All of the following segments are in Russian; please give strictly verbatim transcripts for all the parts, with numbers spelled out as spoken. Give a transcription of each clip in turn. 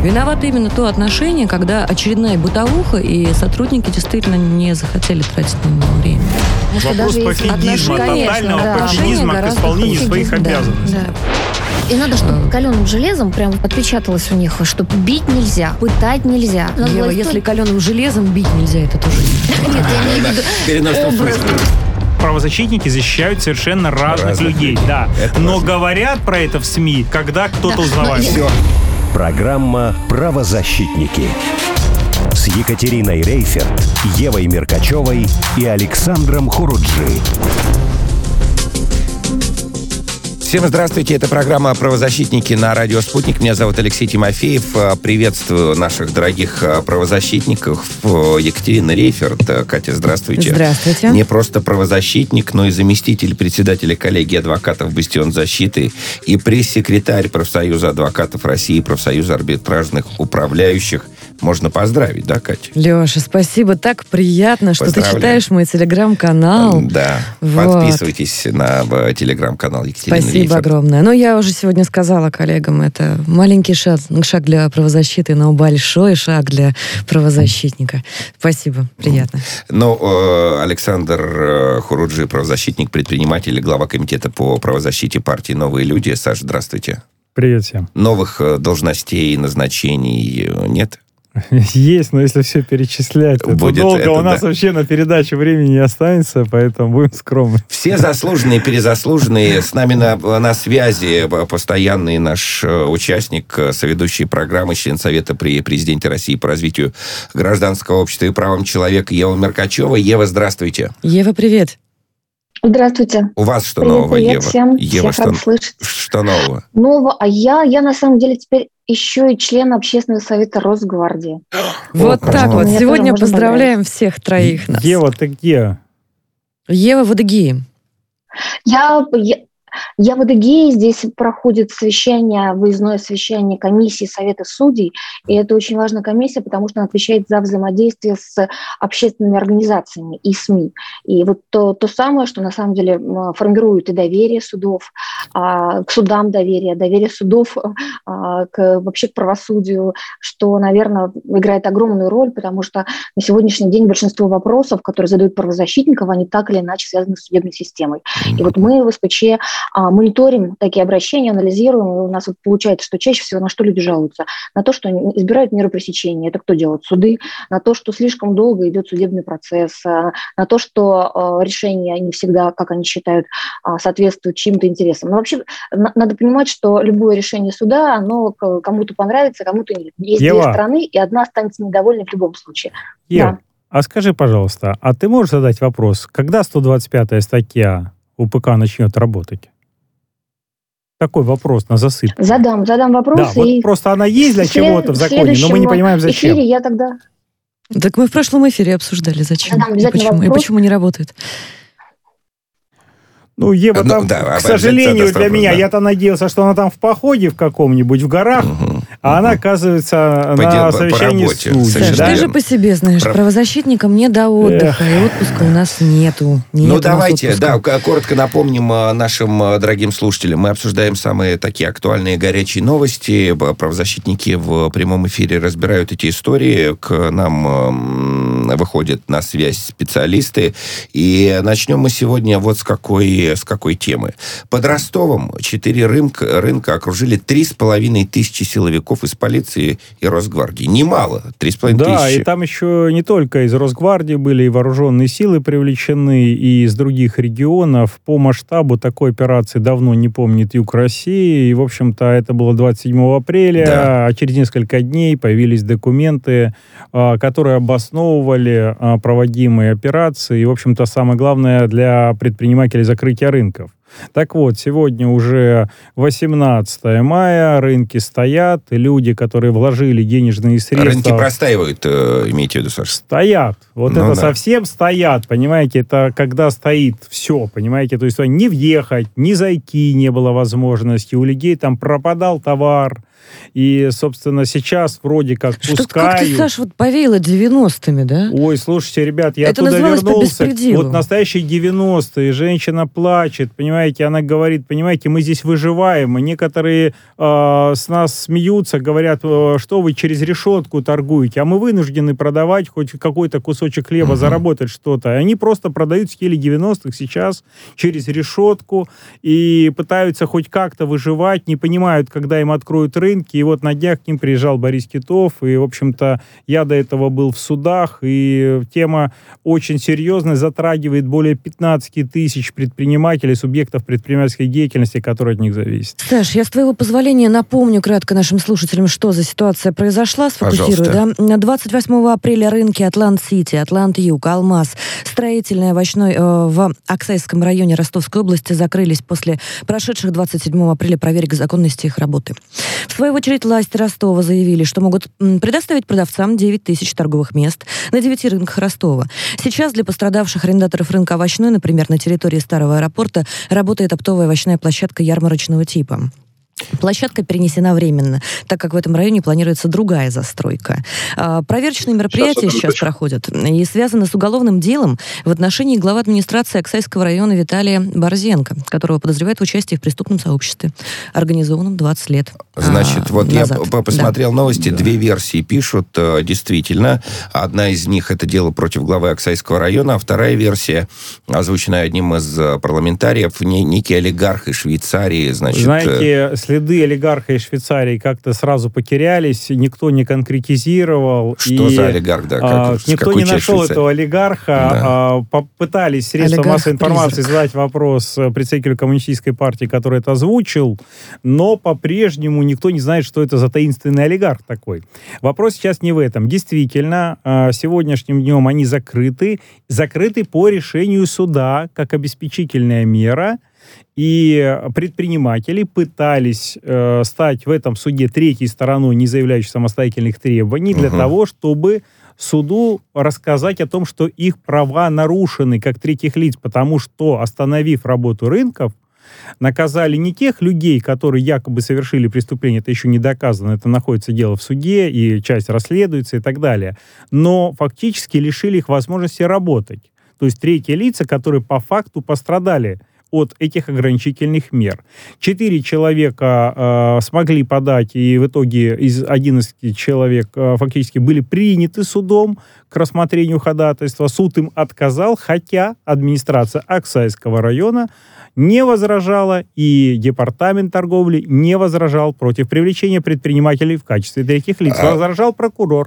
Виновато именно то отношение, когда очередная бытовуха, и сотрудники действительно не захотели тратить на него время. Вопрос пофигизма, тотального да. пофигизма к исполнению своих да. обязанностей. Да. И надо, чтобы каленым железом прям отпечаталось у них, что бить нельзя, пытать нельзя. Ева, власть... если каленым железом бить нельзя, это тоже не... Нет, я имею в виду образ. Правозащитники защищают совершенно разных, разных людей, людей, да. Это но важно. Говорят про это в СМИ, когда кто-то да. узнавает. Все. Программа «Правозащитники» с Екатериной Рейферт, Евой Меркачевой и Александром Хуруджи. Всем здравствуйте, это программа «Правозащитники» на радио «Спутник». Меня зовут Алексей Тимофеев. Приветствую наших дорогих правозащитников. Екатерина Рейферт. Катя, здравствуйте. Здравствуйте. Не просто правозащитник, но и заместитель председателя коллегии адвокатов «Бастион защиты» и пресс-секретарь профсоюза адвокатов России, профсоюза арбитражных управляющих. Можно поздравить, да, Катя? Леша, спасибо. Так приятно, что ты читаешь мой телеграм-канал. Да. Вот. Подписывайтесь на телеграм-канал Екатерины Спасибо Рейферт. огромное. Ну, я уже сегодня сказала коллегам, это маленький шаг, шаг для правозащиты, но большой шаг для правозащитника. Спасибо, приятно. Ну, Александр Хуруджи, правозащитник, предприниматель, глава комитета по правозащите партии «Новые люди». Саша, здравствуйте. Привет всем. Новых должностей, назначений нет? Есть, но если все перечислять, то будет долго. Это, у нас да. вообще на передаче времени не останется, поэтому будем скромны. Все заслуженные, перезаслуженные. С нами на, на связи постоянный наш участник, соведущий программы, член Совета при президенте России по развитию гражданского общества и правам человека Ева Меркачева. Ева, здравствуйте. Ева, привет. Здравствуйте. У вас что привет, нового, привет Ева? Всем. Ева, Всех что, слышать. что нового? Нового. А я, я на самом деле теперь еще и член общественного совета Росгвардии. Вот О, так вот. Мне Сегодня поздравляем всех троих нас. Ева, ты где? Ева в Адыгее. Я... я... Я в Адыгее, здесь проходит совещание, выездное совещание комиссии Совета судей, и это очень важная комиссия, потому что она отвечает за взаимодействие с общественными организациями и СМИ. И вот то, то самое, что на самом деле формирует и доверие судов, а, к судам доверие, доверие судов а, к, вообще к правосудию, что, наверное, играет огромную роль, потому что на сегодняшний день большинство вопросов, которые задают правозащитников, они так или иначе связаны с судебной системой. И вот мы в СПЧ А, мониторим такие обращения, анализируем, и у нас вот получается, что чаще всего на что люди жалуются? На то, что избирают меры пресечения, это кто делает? Суды. На то, что слишком долго идет судебный процесс, на то, что э, решения не всегда, как они считают, э, соответствуют чьим-то интересам. Но вообще на- надо понимать, что любое решение суда, оно кому-то понравится, кому-то нет. Есть Ева. две стороны, и одна останется недовольной в любом случае. Ева, Да. а скажи, пожалуйста, а ты можешь задать вопрос, когда сто двадцать пятая статья УПК начнет работать? Такой вопрос на засыпку. Задам, задам вопрос. Да, и вот просто она есть для след... чего-то в законе, но мы не понимаем, зачем. В эфире я тогда... Так мы в прошлом эфире обсуждали, зачем Задам и почему, и почему не работает. Ну, Ева, Ну, там, да, к сожалению, для меня, да. я-то надеялся, что она там в походе в каком-нибудь, в горах, Угу, а угу. она, оказывается, По на дел- по совещании работе, судей. Саш, Да. ты же по себе знаешь, Про- правозащитникам не до отдыха, и отпуска у нас нету. Нет Ну, у нас давайте, отпуска. да, к- коротко напомним а, нашим а, дорогим слушателям. Мы обсуждаем самые такие актуальные горячие новости. Б- Правозащитники в прямом эфире разбирают эти истории. К нам м, выходят на связь специалисты. И начнем мы сегодня вот с какой, с какой темы. Под Ростовом четыре рынка, рынка окружили три с половиной тысячи силовиков из полиции и Росгвардии. Немало, три с половиной Да, тысячи. и там еще не только из Росгвардии были и вооруженные силы привлечены, и из других регионов. По масштабу такой операции давно не помнит Юг России. И, в общем-то, это было двадцать седьмого апреля. Да. А через несколько дней появились документы, а, которые обосновывали а, проводимые операции. И, в общем-то, самое главное для предпринимателей — закрытие рынков. Так вот, сегодня уже восемнадцатое мая, рынки стоят, и люди, которые вложили денежные средства... Рынки простаивают, э, имейте в виду, Саша. Стоят. Вот Ну это да. совсем стоят, понимаете, это когда стоит все, понимаете, то есть не въехать, не зайти не было возможности, у людей там пропадал товар, И, собственно, сейчас вроде как Что-то пускают... как-то, Саш, вот повеяло девяностыми, да? Ой, слушайте, ребят, я Это оттуда называлось по вернулся. беспределу. Вот настоящие девяностые. Женщина плачет, понимаете, она говорит, понимаете, мы здесь выживаем. И некоторые э, с нас смеются, говорят, что вы через решетку торгуете, а мы вынуждены продавать хоть какой-то кусочек хлеба, uh-huh. заработать что-то. Они просто продают в стиле девяностых сейчас через решетку и пытаются хоть как-то выживать, не понимают, когда им откроют рынки. И вот на днях к ним приезжал Борис Титов, и, в общем-то, я до этого был в судах, и тема очень серьезная, затрагивает более пятнадцать тысяч предпринимателей, субъектов предпринимательской деятельности, которые от них зависят. Саш, я с твоего позволения напомню кратко нашим слушателям, что за ситуация произошла, сфокусирую. Да? двадцать восьмого апреля рынки Атлант-Сити, Атлант-Юг, Алмаз, строительный овощной э, в Аксайском районе Ростовской области закрылись после прошедших двадцать седьмого апреля проверок законности их работы. В свою очередь, власти Ростова заявили, что могут предоставить продавцам девять тысяч торговых мест на девяти рынках Ростова. Сейчас для пострадавших арендаторов рынка овощной, например, на территории старого аэропорта, работает оптовая овощная площадка ярмарочного типа. Площадка перенесена временно, так как в этом районе планируется другая застройка. Проверочные мероприятия сейчас, сейчас проходят и связаны с уголовным делом в отношении главы администрации Аксайского района Виталия Борзенко, которого подозревают в участии в преступном сообществе, организованном двадцать лет Значит, а, вот назад. я посмотрел да. новости, да. две версии пишут, действительно. Одна из них — это дело против главы Аксайского района, а вторая версия, озвученная одним из парламентариев, некий олигарх из Швейцарии, значит... Знаете, следы олигарха из Швейцарии как-то сразу потерялись, никто не конкретизировал. Что и, за олигарх, да? Как, а, никто не нашел Швейцарии? этого олигарха. Да. А, попытались средства олигарх массовой информации призрак. задать вопрос представителю коммунистической партии, который это озвучил, но по-прежнему никто не знает, что это за таинственный олигарх такой. Вопрос сейчас не в этом. Действительно, сегодняшним днем они закрыты. Закрыты по решению суда, как обеспечительная мера. И предприниматели пытались э, стать в этом суде третьей стороной, не заявляющей самостоятельных требований, для uh-huh. того, чтобы суду рассказать о том, что их права нарушены как третьих лиц, потому что, остановив работу рынков, наказали не тех людей, которые якобы совершили преступление, это еще не доказано, это находится дело в суде, и часть расследуется и так далее, но фактически лишили их возможности работать. То есть третьи лица, которые по факту пострадали от этих ограничительных мер. Четыре человека э, смогли подать, и в итоге из одиннадцати человек э, фактически были приняты судом к рассмотрению ходатайства. Суд им отказал, хотя администрация Аксайского района не возражала, и департамент торговли не возражал против привлечения предпринимателей в качестве третьих лиц. Возражал прокурор.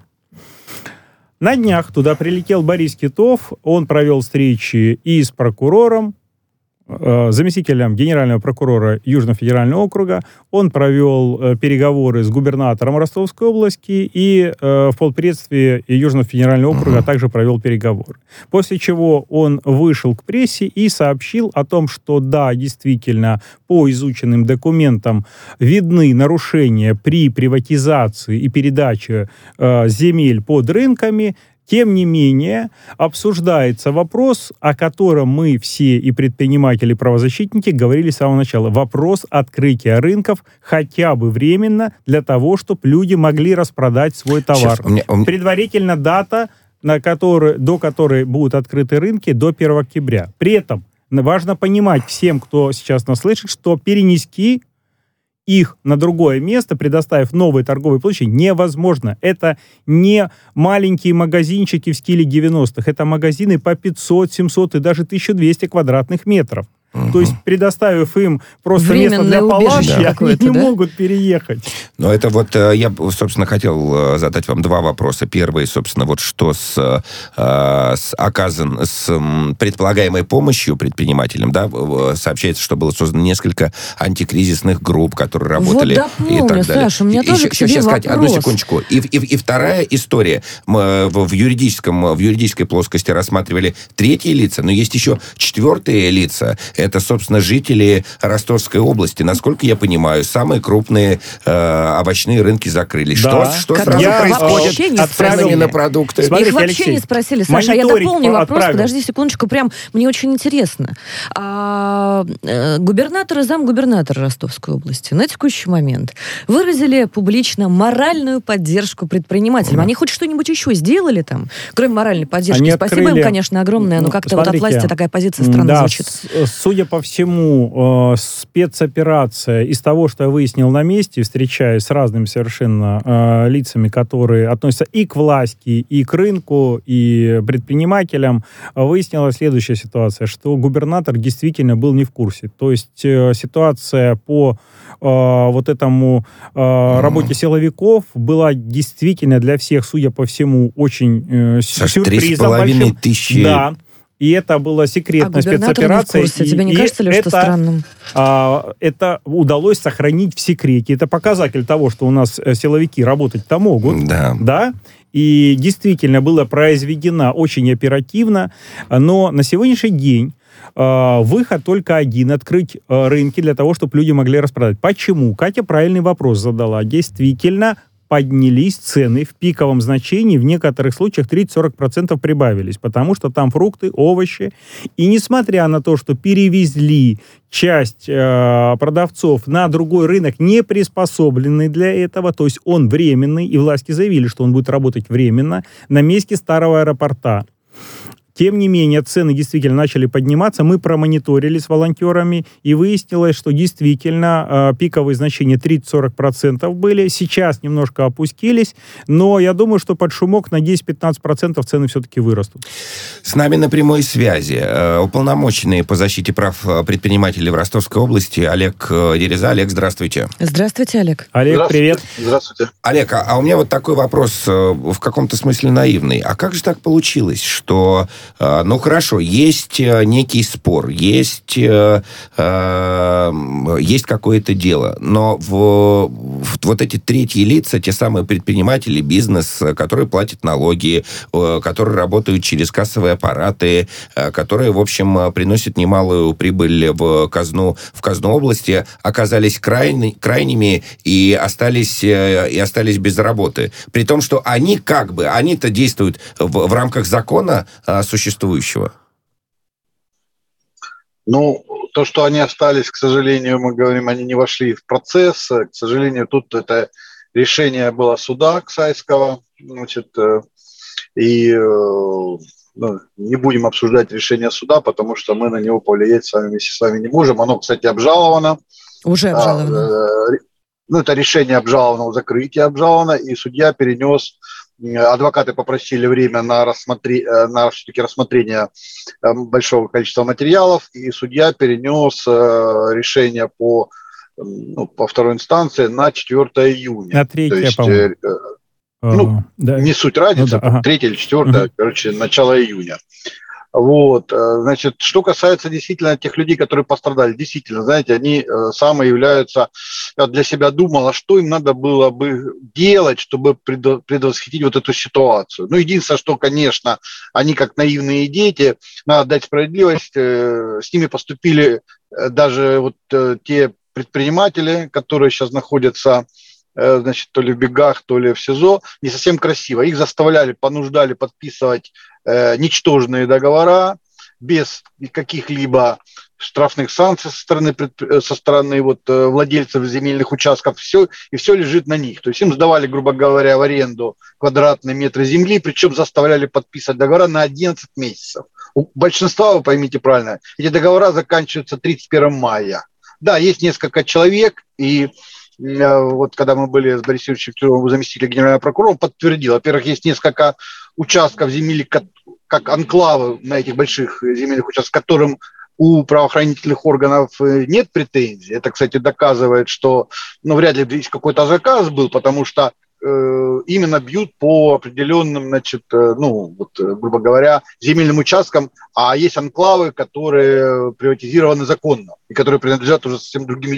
На днях туда прилетел Борис Титов, он провел встречи и с прокурором, заместителем генерального прокурора Южного федерального округа. Он провел э, переговоры с губернатором Ростовской области и э, в полпредстве Южного федерального округа uh-huh. также провел переговоры. После чего он вышел к прессе и сообщил о том, что да, действительно, по изученным документам видны нарушения при приватизации и передаче э, земель под рынками. Тем не менее, обсуждается вопрос, о котором мы все и предприниматели, и правозащитники говорили с самого начала. Вопрос открытия рынков хотя бы временно для того, чтобы люди могли распродать свой товар. Сейчас, у меня, у меня... Предварительно дата, на которой, до которой будут открыты рынки, до первого октября. При этом важно понимать всем, кто сейчас нас слышит, что перенести их на другое место, предоставив новые торговые площади, невозможно. Это не маленькие магазинчики в стиле девяностых. Это магазины по пятьсот, семьсот и даже тысяча двести квадратных метров. Угу. То есть, предоставив им просто временное место для палатки, да. они не да? могут переехать. Но это вот, я, собственно, хотел задать вам два вопроса. Первый, собственно, вот что с, с, оказан, с предполагаемой помощью предпринимателям, да, сообщается, что было создано несколько антикризисных групп, которые работали вот, да, помню, и так далее. Саша, у меня и, тоже еще, к тебе сейчас, вопрос. Катя, одну секундочку. И, и, и вторая история. Мы в, юридическом, в юридической плоскости рассматривали третьи лица, но есть еще четвертые лица. это, собственно, жители Ростовской области. Насколько я понимаю, самые крупные э, овощные рынки закрылись. Да. Что, что сразу я происходит с ценами на продукты? Смотрите, их вообще Алексей, не спросили. Саша, я дополню вопрос. Отправил. Подожди секундочку, прям мне очень интересно. А, э, губернатор и замгубернатора Ростовской области на текущий момент выразили публично моральную поддержку предпринимателям. Да. Они хоть что-нибудь еще сделали там, кроме моральной поддержки? Они Спасибо открыли... им, конечно, огромное, но как-то вот от власти такая позиция странно да, звучит. С, судя по всему, э, спецоперация из того, что я выяснил на месте, встречаясь с разными совершенно э, лицами, которые относятся и к власти, и к рынку, и предпринимателям, выяснилась следующая ситуация, что губернатор действительно был не в курсе. То есть э, ситуация по э, вот этому э, работе силовиков была действительно для всех, судя по всему, очень э, сюрпризом. три с половиной тысячи. Да. И это была секретная а спецоперация. Не в курсе. Тебе не кажется ли, что странным? А, это удалось сохранить в секрете. Это показатель того, что у нас силовики работать-то могут. Да. Да? И действительно была произведена очень оперативно. Но на сегодняшний день э, выход только один. Открыть э, рынки для того, чтобы люди могли распродать. Почему? Катя правильный вопрос задала. Действительно, поднялись цены в пиковом значении, в некоторых случаях тридцать-сорок процентов прибавились, потому что там фрукты, овощи. И несмотря на то, что перевезли часть э, продавцов на другой рынок, не приспособленный для этого, то есть он временный, и власти заявили, что он будет работать временно на месте старого аэропорта. Тем не менее, цены действительно начали подниматься. Мы промониторили с волонтерами, и выяснилось, что действительно э, пиковые значения тридцать-сорок процентов были. Сейчас немножко опустились, но я думаю, что под шумок на десять-пятнадцать процентов цены все-таки вырастут. С нами на прямой связи э, уполномоченный по защите прав предпринимателей в Ростовской области Олег Дереза. Олег, здравствуйте. Здравствуйте, Олег. Олег, здравствуйте. Привет. Здравствуйте. Олег, а, а у меня вот такой вопрос э, в каком-то смысле наивный. А как же так получилось, что ну, хорошо, есть некий спор, есть, э, э, есть какое-то дело, но в, в, вот эти третьи лица, те самые предприниматели, бизнес, которые платят налоги, э, которые работают через кассовые аппараты, э, которые, в общем, приносят немалую прибыль в казну, в казну области, оказались крайне, крайними и остались, э, и остались без работы. При том, что они как бы, они-то действуют в, в рамках закона э, существующего. Ну, то, что они остались, к сожалению, мы говорим, они не вошли в процесс. К сожалению, тут это решение было суда ксайского. Значит, и ну, не будем обсуждать решение суда, потому что мы на него повлиять с вами вместе с вами не можем. Оно, кстати, обжаловано. Уже обжаловано. Ну, это решение обжаловано, закрытие обжаловано, и судья перенес... Адвокаты попросили время на, рассмотри... на все-таки рассмотрение большого количества материалов, и судья перенес решение по, ну, по второй инстанции на четвёртое июня. На третье, То есть, по-моему. Ну, да. Не суть разницы, ну, да, ага. третье или четвёртое, угу. короче, начало июня. Вот, значит, что касается действительно тех людей, которые пострадали, действительно, знаете, они самые являются, я для себя думал, а что им надо было бы делать, чтобы предвосхитить вот эту ситуацию. Ну, единственное, что, конечно, они как наивные дети, надо дать справедливость, с ними поступили даже вот те предприниматели, которые сейчас находятся, значит, то ли в бегах, то ли в СИЗО, не совсем красиво. Их заставляли, понуждали подписывать э, ничтожные договора без каких-либо штрафных санкций со стороны, со стороны вот, владельцев земельных участков. Все, и все лежит на них. То есть им сдавали, грубо говоря, в аренду квадратные метры земли, причем заставляли подписывать договора на одиннадцать месяцев. У большинства, вы поймите правильно, эти договора заканчиваются тридцать первого мая. Да, есть несколько человек, и вот когда мы были с Борисом Юрьевичем, заместителем генерального прокурора, он подтвердил. Во-первых, есть несколько участков земли, как, как анклавы на этих больших земельных участках, которым у правоохранительных органов нет претензий. Это, кстати, доказывает, что ну, вряд ли здесь какой-то заказ был, потому что э, именно бьют по определенным, значит, э, ну, вот, грубо говоря, земельным участкам, а есть анклавы, которые приватизированы законно и которые принадлежат уже совсем другим лицам.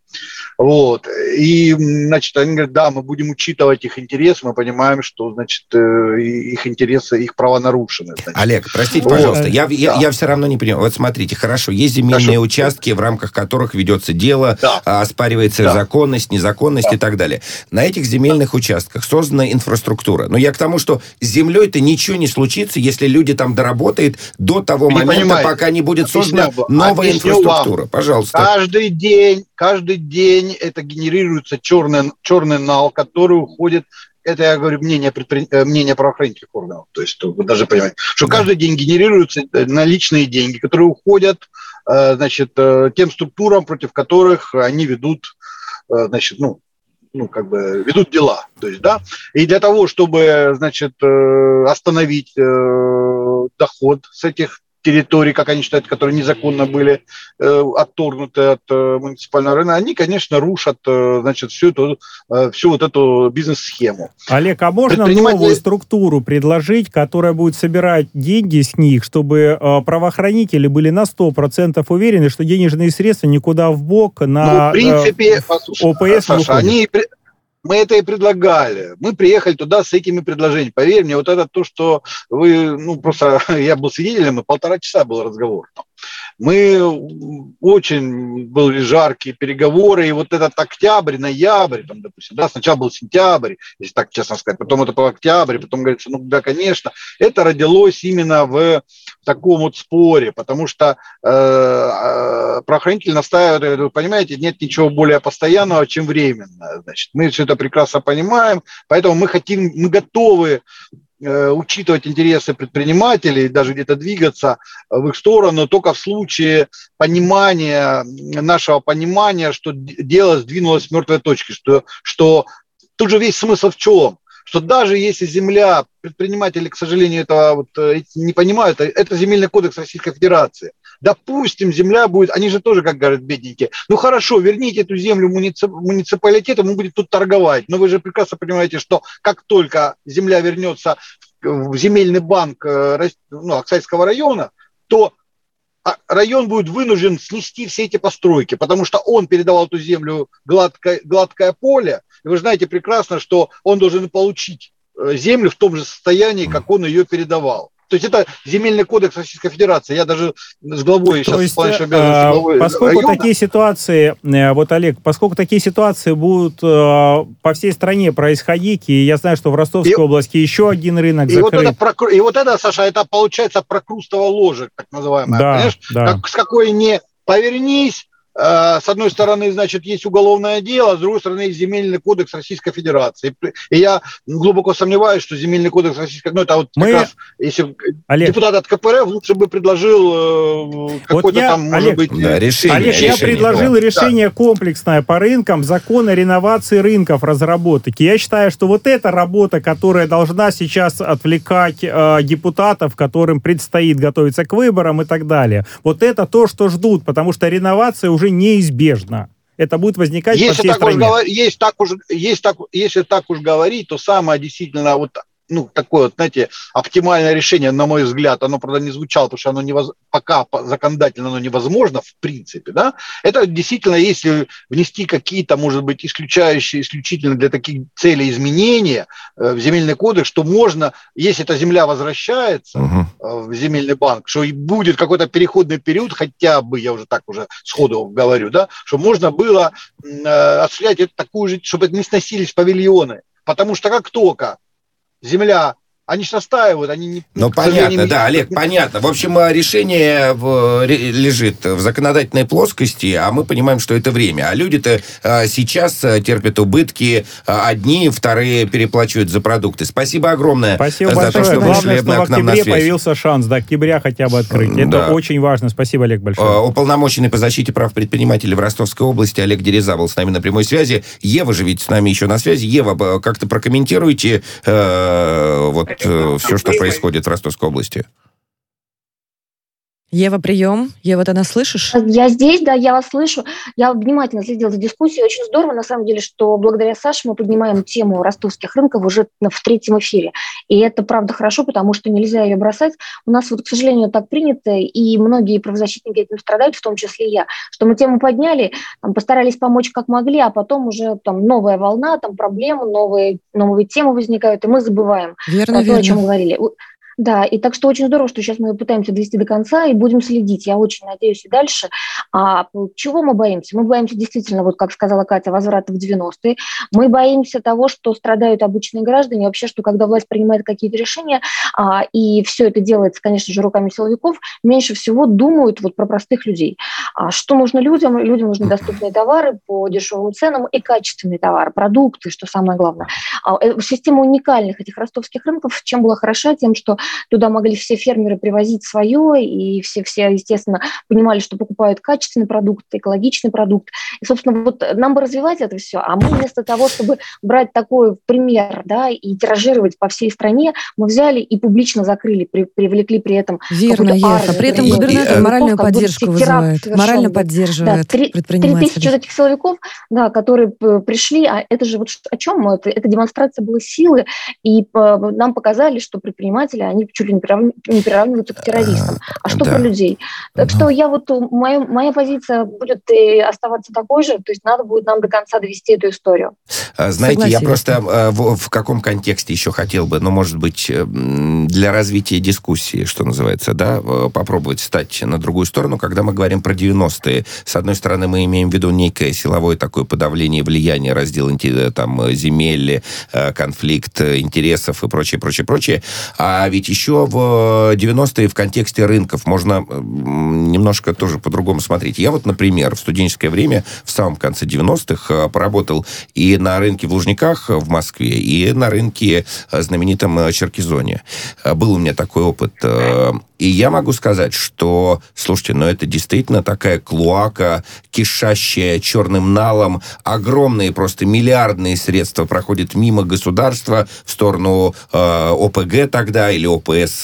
Вот. И, значит, они говорят, да, мы будем учитывать их интерес, мы понимаем, что, значит, их интересы, их права нарушены. Значит. Олег, простите, вот. пожалуйста, я, я, да. я все равно не понимаю. Вот смотрите, хорошо, есть земельные хорошо. участки, в рамках которых ведется дело, да. оспаривается да. законность, незаконность да. и так далее. На этих земельных да. участках создана инфраструктура. Но я к тому, что с землей-то ничего не случится, если люди там доработают до того не момента, понимаете. пока не будет создана Объясняю. новая Объясню инфраструктура. Вам. Пожалуйста. Каждый день, каждый день это генерируется черный, черный нал, который уходит, это я говорю мнение, предпри... мнение правоохранительных органов, то есть вы даже понимаете, что да. каждый день генерируются наличные деньги, которые уходят, значит, тем структурам, против которых они ведут, значит, ну, ну, как бы ведут дела, то есть, да, и для того, чтобы, значит, остановить доход с этих территорий, как они считают, которые незаконно были э, отторгнуты от э, муниципального района, они, конечно, рушат, э, значит, всю эту, э, всю вот эту бизнес-схему. Олег, а можно Предприниматели... новую структуру предложить, которая будет собирать деньги с них, чтобы э, правоохранители были на сто процентов уверены, что денежные средства никуда в бок на ну, в принципе, э, ОПС Саша, они... Мы это и предлагали. Мы приехали туда с этими предложениями. Поверь мне, вот это то, что вы... Ну, просто я был свидетелем, и полтора часа был разговор. Мы очень были жаркие переговоры, и вот этот октябрь, ноябрь, там, допустим, да, сначала был сентябрь, если так честно сказать, потом это был октябрь, потом говорится, ну да, конечно, это родилось именно в таком вот споре, потому что э, правоохранители настаивают, вы понимаете, нет ничего более постоянного, чем временное. Значит, мы все это прекрасно понимаем, поэтому мы хотим, мы готовы учитывать интересы предпринимателей, даже где-то двигаться в их сторону, только в случае понимания, нашего понимания, что дело сдвинулось с мертвой точки, что, что тут же весь смысл в чем? Что даже если земля, предприниматели, к сожалению, этого вот не понимают, это земельный кодекс Российской Федерации. Допустим, земля будет, они же тоже, как говорят бедненькие, ну хорошо, верните эту землю муници, муниципалитету, он будет тут торговать. Но вы же прекрасно понимаете, что как только земля вернется в земельный банк ну, Аксайского района, то район будет вынужден снести все эти постройки, потому что он передавал эту землю гладкое, гладкое поле, и вы знаете прекрасно, что он должен получить землю в том же состоянии, как он ее передавал. То есть это земельный кодекс Российской Федерации. Я даже с главой сейчас исполняющей обязанности главой поскольку района. Такие ситуации, вот, Олег, поскольку такие ситуации будут по всей стране происходить, и я знаю, что в Ростовской и, области еще один рынок и закрыт. Вот это, и вот это, Саша, это получается прокрустово ложе, так называемое. Да, понимаешь? Да. Как, с какой не повернись, с одной стороны, значит, есть уголовное дело, с другой стороны, есть земельный кодекс Российской Федерации. И я глубоко сомневаюсь, что земельный кодекс Российской Федерации, ну, это вот Мы... как раз, если Олег... депутат от ка пэ эр лучше бы предложил э, какой-то вот я, там, может Олег, быть... Да, решение, Олег, решение, я предложил да. решение комплексное по рынкам, закон о реновации рынков разработать. И я считаю, что вот эта работа, которая должна сейчас отвлекать э, депутатов, которым предстоит готовиться к выборам и так далее, вот это то, что ждут, потому что реновация уже неизбежно. Это будет возникать если по всей так стране. Уж, есть так уж, есть так, если так уж говорить, то самое действительно вот, ну, такое вот, знаете, оптимальное решение, на мой взгляд, оно, правда, не звучало, потому что оно невоз... пока законодательно оно невозможно, в принципе, да, это действительно, если внести какие-то, может быть, исключающие, исключительно для таких целей изменения э, в земельный кодекс, что можно, если эта земля возвращается uh-huh. э, в земельный банк, что и будет какой-то переходный период, хотя бы, я уже так уже сходу говорю, да, что можно было э, осуществлять это такую же, чтобы не сносились павильоны, потому что как только земля, они же настаивают, они не... Ну, понятно, да, Олег, понятно. В общем, решение в, лежит в законодательной плоскости, а мы понимаем, что это время. А люди-то а, сейчас терпят убытки, а, одни, вторые переплачивают за продукты. Спасибо огромное. Спасибо за большое. то, что Главное, пришли что в к нам на октябре связь. Появился шанс до октября хотя бы открыть. Это да. очень важно. Спасибо, Олег, большое. А, уполномоченный по защите прав предпринимателей в Ростовской области Олег Дереза был с нами на прямой связи. Ева же ведь с нами еще на связи. Ева, как-то прокомментируйте э, вот э, все, что происходит в Ростовской области. Ева, прием. Ева, ты нас слышишь? Я здесь, да, я вас слышу. Я внимательно следила за дискуссией. Очень здорово, на самом деле, что благодаря Саше мы поднимаем тему ростовских рынков уже в третьем эфире. И это, правда, хорошо, потому что нельзя ее бросать. У нас, вот, к сожалению, так принято, и многие правозащитники этим страдают, в том числе и я, что мы тему подняли, там, постарались помочь как могли, а потом уже там новая волна, там проблемы, новые, новые темы возникают, и мы забываем верно, про верно. то, о чем говорили. Да, и так что очень здорово, что сейчас мы пытаемся довести до конца и будем следить. Я очень надеюсь и дальше. А чего мы боимся? Мы боимся действительно, вот как сказала Катя, возврата в девяностые. Мы боимся того, что страдают обычные граждане. Вообще, что когда власть принимает какие-то решения, а, и все это делается, конечно же, руками силовиков, меньше всего думают вот про простых людей. А что нужно людям? Людям нужны доступные товары по дешевым ценам и качественные товары, продукты, что самое главное. А, система уникальных этих ростовских рынков, чем была хороша? Тем, что туда могли все фермеры привозить свое, и все, все, естественно, понимали, что покупают качественный продукт, экологичный продукт. И, собственно, вот нам бы развивать это все, а мы вместо того, чтобы брать такой пример, да, и тиражировать по всей стране, мы взяли и публично закрыли, при, привлекли при этом верно, Ева. При этом губернатор моральную поддержку вызывает, морально поддерживает да, предпринимателей. Три тысячи этих силовиков, да, которые пришли, а это же вот о чем? Это, это демонстрация была силы, и по, нам показали, что предприниматели, они чуть ли не приравниваются к террористам. А что да. про людей? Так что я вот, моя, моя позиция будет и оставаться такой же, то есть надо будет нам до конца довести эту историю. Знаете, Согласен. Я просто в, в каком контексте еще хотел бы, ну, может быть, для развития дискуссии, что называется, да, попробовать встать на другую сторону, когда мы говорим про девяностые. С одной стороны, мы имеем в виду некое силовое такое подавление влияния, раздел там, земель, конфликт интересов и прочее, прочее, прочее. А ведь еще в девяностые в контексте рынков можно немножко тоже по-другому смотреть. Я вот, например, в студенческое время, в самом конце девяностых, поработал и на рынке в Лужниках в Москве, и на рынке знаменитом Черкизоне. Был у меня такой опыт. И я могу сказать, что, слушайте, ну это действительно такая клоака, кишащая черным налом. Огромные, просто миллиардные средства проходят мимо государства в сторону э, ОПГ тогда, или ОПС,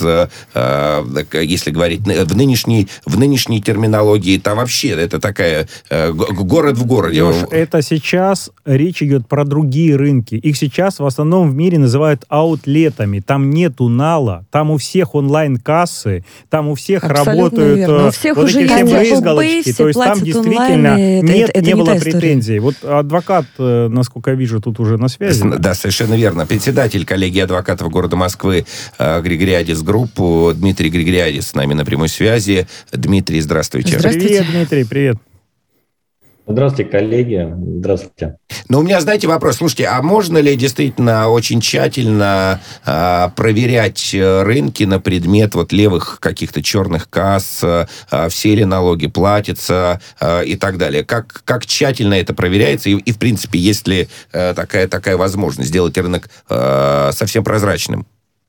э, если говорить в нынешней, в нынешней терминологии. Там вообще это такая э, город в городе. Леш, это сейчас речь идет про другие рынки. Их сейчас в основном в мире называют аутлетами. Там нету нала, там у всех онлайн-кассы, там у всех абсолютно работают верно. У всех вот уже эти все брызгалочки. То есть там действительно онлайн, нет, это, это не, не было претензий. Вот адвокат, насколько я вижу, тут уже на связи. Да, совершенно верно. Председатель коллегии адвокатов города Москвы Григориадис Групп Дмитрий Григориадис с нами на прямой связи. Дмитрий, здравствуйте. Здравствуйте. Привет, Дмитрий, привет. Здравствуйте, коллеги. Здравствуйте. Ну, у меня, знаете, вопрос. Слушайте, а можно ли действительно очень тщательно а, проверять рынки на предмет вот левых каких-то черных касс, а, все ли налоги платятся а, и так далее? Как, как тщательно это проверяется? И, и в принципе, есть ли а, такая, такая возможность сделать рынок а, совсем прозрачным?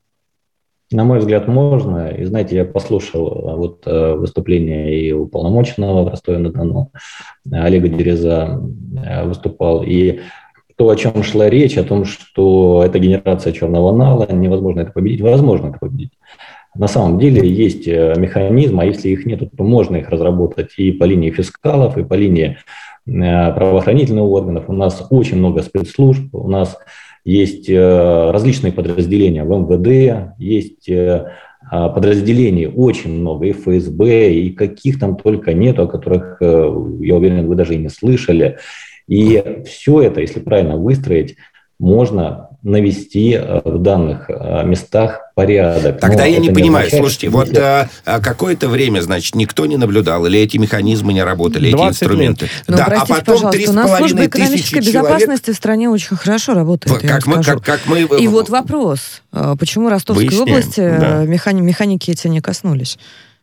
На мой взгляд, можно. И, знаете, я послушал вот выступление и уполномоченного в Ростове-на-Дону, Олега Дереза выступал. И то, о чем шла речь, о том, что это генерация черного нала, невозможно это победить. Возможно это победить. На самом деле есть механизмы, а если их нет, то можно их разработать и по линии фискалов, и по линии правоохранительных органов. У нас очень много спецслужб, у нас есть различные подразделения в эм вэ дэ, есть подразделений очень много, и эф эс бэ, и каких там только нету, о которых, я уверен, вы даже и не слышали. И все это, если правильно выстроить, можно навести в данных местах порядок. Тогда Но я не понимаю, не слушайте, вот а, какое-то время, значит, никто не наблюдал, или эти механизмы не работали, эти инструменты. Ну, да, простите, а потом три с половиной тысячи безопасности в стране очень хорошо работает. Как мы, как, как мы... И вот вопрос, почему Ростовской Выясняем, области да. механи- механики эти не коснулись?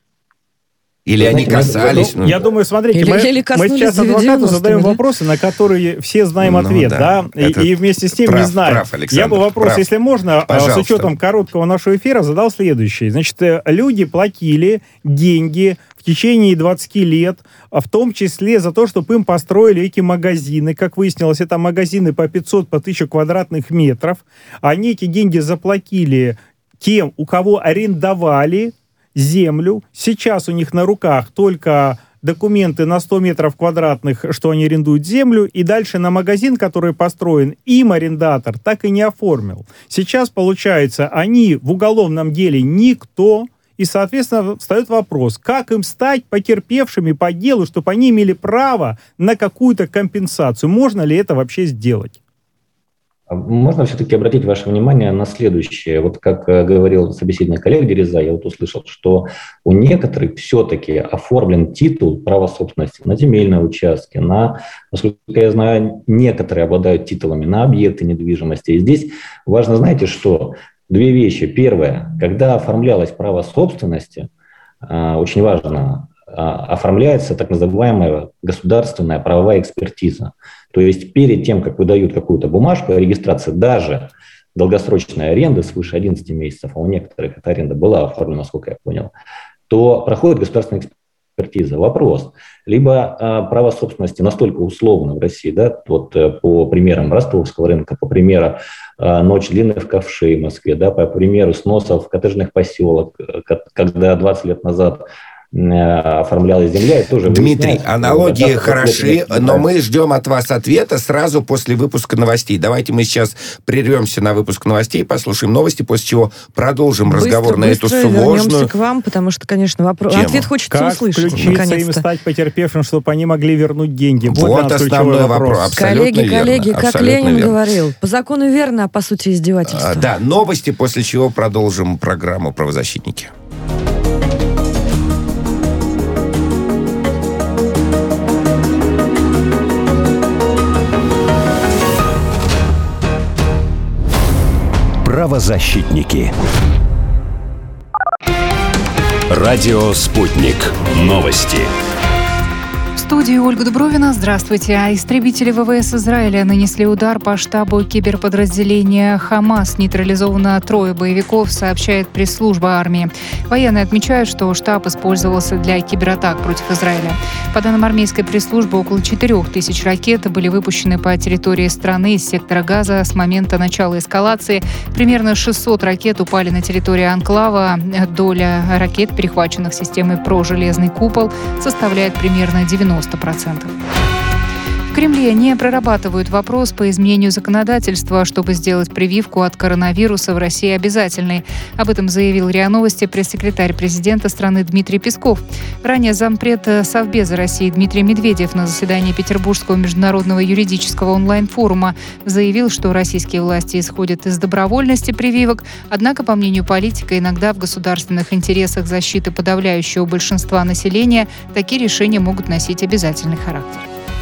Или они касались? Ну, я думаю, смотрите, или, мы, или мы сейчас адвокату задаем да? вопросы, на которые все знаем ответ, ну, да, да? И, и вместе с тем прав, не знаем. Прав, я бы вопрос, прав. если можно, Пожалуйста. с учетом короткого нашего эфира, задал следующий. Значит, люди платили деньги в течение двадцати лет, в том числе за то, чтобы им построили эти магазины. Как выяснилось, это магазины по пятьсот, по тысяче квадратных метров. Они эти деньги заплатили тем, у кого арендовали, землю. Сейчас у них на руках только документы на сто метров квадратных, что они арендуют землю, и дальше на магазин, который построен, им арендатор так и не оформил. Сейчас, получается, они в уголовном деле никто, и, соответственно, встает вопрос, как им стать потерпевшими по делу, чтобы они имели право на какую-то компенсацию. Можно ли это вообще сделать? Можно все-таки обратить ваше внимание на следующее. Вот как говорил собеседник Олег Дереза, я вот услышал, что у некоторых все-таки оформлен титул права собственности на земельные участки, на, насколько я знаю, некоторые обладают титулами на объекты недвижимости. И здесь важно, знаете, что две вещи. Первое, когда оформлялось право собственности, очень важно, оформляется так называемая государственная правовая экспертиза. То есть перед тем, как выдают какую-то бумажку о регистрации, даже долгосрочная аренда свыше одиннадцати месяцев, а у некоторых эта аренда была оформлена, насколько я понял, то проходит государственная экспертиза. Вопрос. Либо э, право собственности настолько условно в России, да, вот э, по примерам ростовского рынка, по примеру э, ночь длинных ковшей в Москве, да, по примеру сносов коттеджных поселок, э, когда двадцать лет назад оформлялась земля. И тоже Дмитрий, аналогии хороши, но мы ждем от вас ответа сразу после выпуска новостей. Давайте мы сейчас прервемся на выпуск новостей, послушаем новости, после чего продолжим быстро, разговор на эту сложную... вернемся к вам, потому что, конечно, вопрос... ответ хочется как услышать. Как включиться им стать потерпевшим, чтобы они могли вернуть деньги? Вот, вот основной вопрос. вопрос. Коллеги, коллеги, верно. как Абсолютно Ленин верно. говорил, по закону верно, а по сути издевательство. А, да, новости, после чего продолжим программу «Правозащитники». Правозащитники. Радио «Спутник». Новости. В студии Ольга Дубровина. Здравствуйте. Истребители ВВС Израиля нанесли удар по штабу киберподразделения «Хамас». Нейтрализовано трое боевиков, сообщает пресс-служба армии. Военные отмечают, что штаб использовался для кибератак против Израиля. По данным армейской пресс-службы, около четырех тысяч ракет были выпущены по территории страны из сектора Газа с момента начала эскалации. Примерно шестьсот ракет упали на территории анклава. Доля ракет, перехваченных системой ПРО «Железный купол», составляет примерно девяносто процентов. В Кремле не прорабатывают вопрос по изменению законодательства, чтобы сделать прививку от коронавируса в России обязательной. Об этом заявил РИА Новости пресс-секретарь президента страны Дмитрий Песков. Ранее зампред Совбеза России Дмитрий Медведев на заседании Петербургского международного юридического онлайн-форума заявил, что российские власти исходят из добровольности прививок, однако, по мнению политика, иногда в государственных интересах защиты подавляющего большинства населения такие решения могут носить обязательный характер.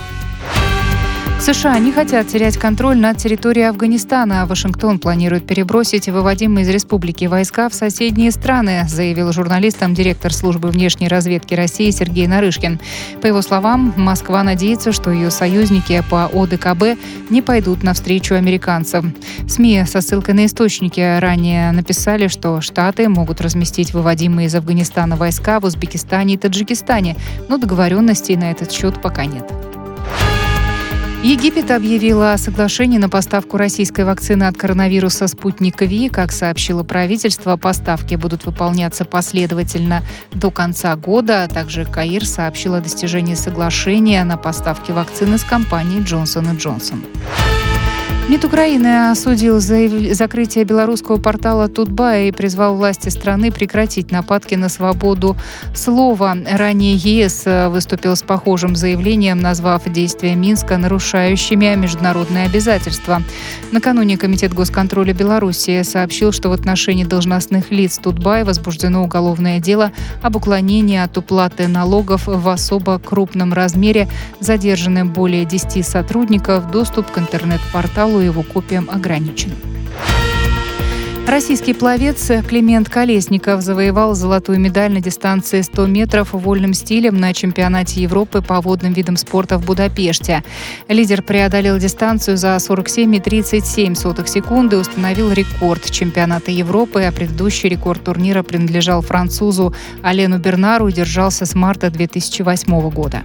США не хотят терять контроль над территорией Афганистана. Вашингтон планирует перебросить выводимые из республики войска в соседние страны, заявил журналистам директор службы внешней разведки России Сергей Нарышкин. По его словам, Москва надеется, что ее союзники по ОДКБ не пойдут навстречу американцам. СМИ со ссылкой на источники ранее написали, что Штаты могут разместить выводимые из Афганистана войска в Узбекистане и Таджикистане, но договоренностей на этот счет пока нет. Египет объявил о соглашении на поставку российской вакцины от коронавируса «Спутник Ви». Как сообщило правительство, поставки будут выполняться последовательно до конца года. Также Каир сообщил о достижении соглашения на поставки вакцины с компанией Джонсон энд Джонсон. МИД Украины осудил закрытие белорусского портала Тутбай и призвал власти страны прекратить нападки на свободу слова. Ранее ЕС выступил с похожим заявлением, назвав действия Минска нарушающими международные обязательства. Накануне Комитет госконтроля Беларуси сообщил, что в отношении должностных лиц Тутбай возбуждено уголовное дело об уклонении от уплаты налогов в особо крупном размере. Задержаны более десяти сотрудников. Доступ к интернет-порталу и его копиям ограничен. Российский пловец Климент Колесников завоевал золотую медаль на дистанции сто метров вольным стилем на чемпионате Европы по водным видам спорта в Будапеште. Лидер преодолел дистанцию за сорок семь целых тридцать семь сотых секунды и установил рекорд чемпионата Европы, а предыдущий рекорд турнира принадлежал французу Алену Бернару и держался с марта две тысячи восьмого года.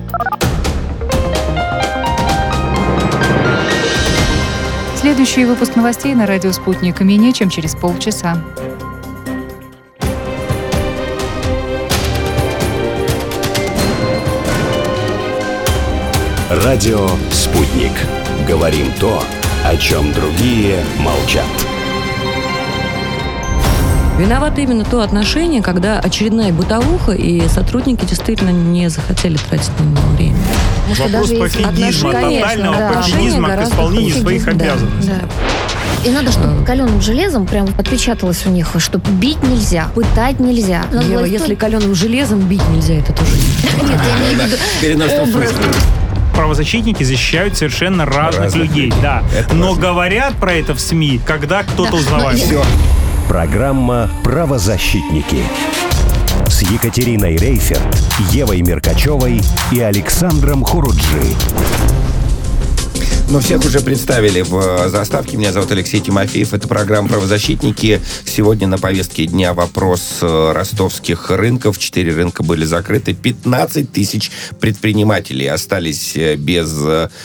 Следующий выпуск новостей на радио «Спутник» менее чем через полчаса. Радио «Спутник». Говорим то, о чем другие молчат. Виновато именно то отношение, когда очередная бытовуха, и сотрудники действительно не захотели тратить на него время. Вопрос пофигизма, тотального да. пофигизма к исполнению своих обязанностей. Да, да. И надо, чтобы каленым железом прям отпечаталось у них, что бить нельзя, пытать нельзя. Ева, власть... если каленым железом бить нельзя, это тоже не... Нет, я имею в виду... Правозащитники защищают совершенно разных, разных людей, да. Это но важно. Говорят про это в СМИ, когда кто-то да, узнавает. Все. Программа «Правозащитники» с Екатериной Рейферт, Евой Меркачевой и Александром Хуруджи. Ну, всех уже представили в заставке. Меня зовут Алексей Тимофеев. Это программа «Правозащитники». Сегодня на повестке дня вопрос ростовских рынков. Четыре рынка были закрыты. пятнадцать тысяч предпринимателей остались без...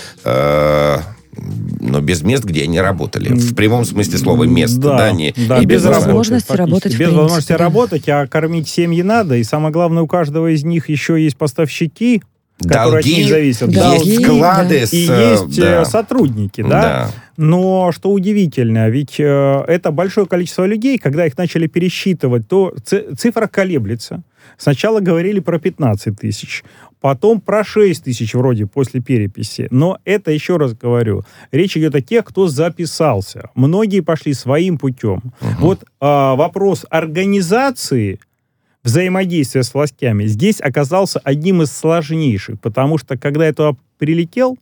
Э, но без мест, где они работали. В прямом смысле слова мест. Да, да, не, да, и без, без возможности работать. Без возможности работать, а кормить семьи надо. И самое главное, у каждого из них еще есть поставщики, которые долги, от них зависят. Долги, есть склады. Да. С, и есть да. сотрудники, да? да. Но что удивительно, ведь э, это большое количество людей, когда их начали пересчитывать, то цифра колеблется. Сначала говорили про пятнадцать тысяч, потом про шесть тысяч вроде после переписи. Но это, еще раз говорю, речь идет о тех, кто записался. Многие пошли своим путем. Угу. Вот э, вопрос организации взаимодействия с властями здесь оказался одним из сложнейших, потому что, когда я туда прилетел,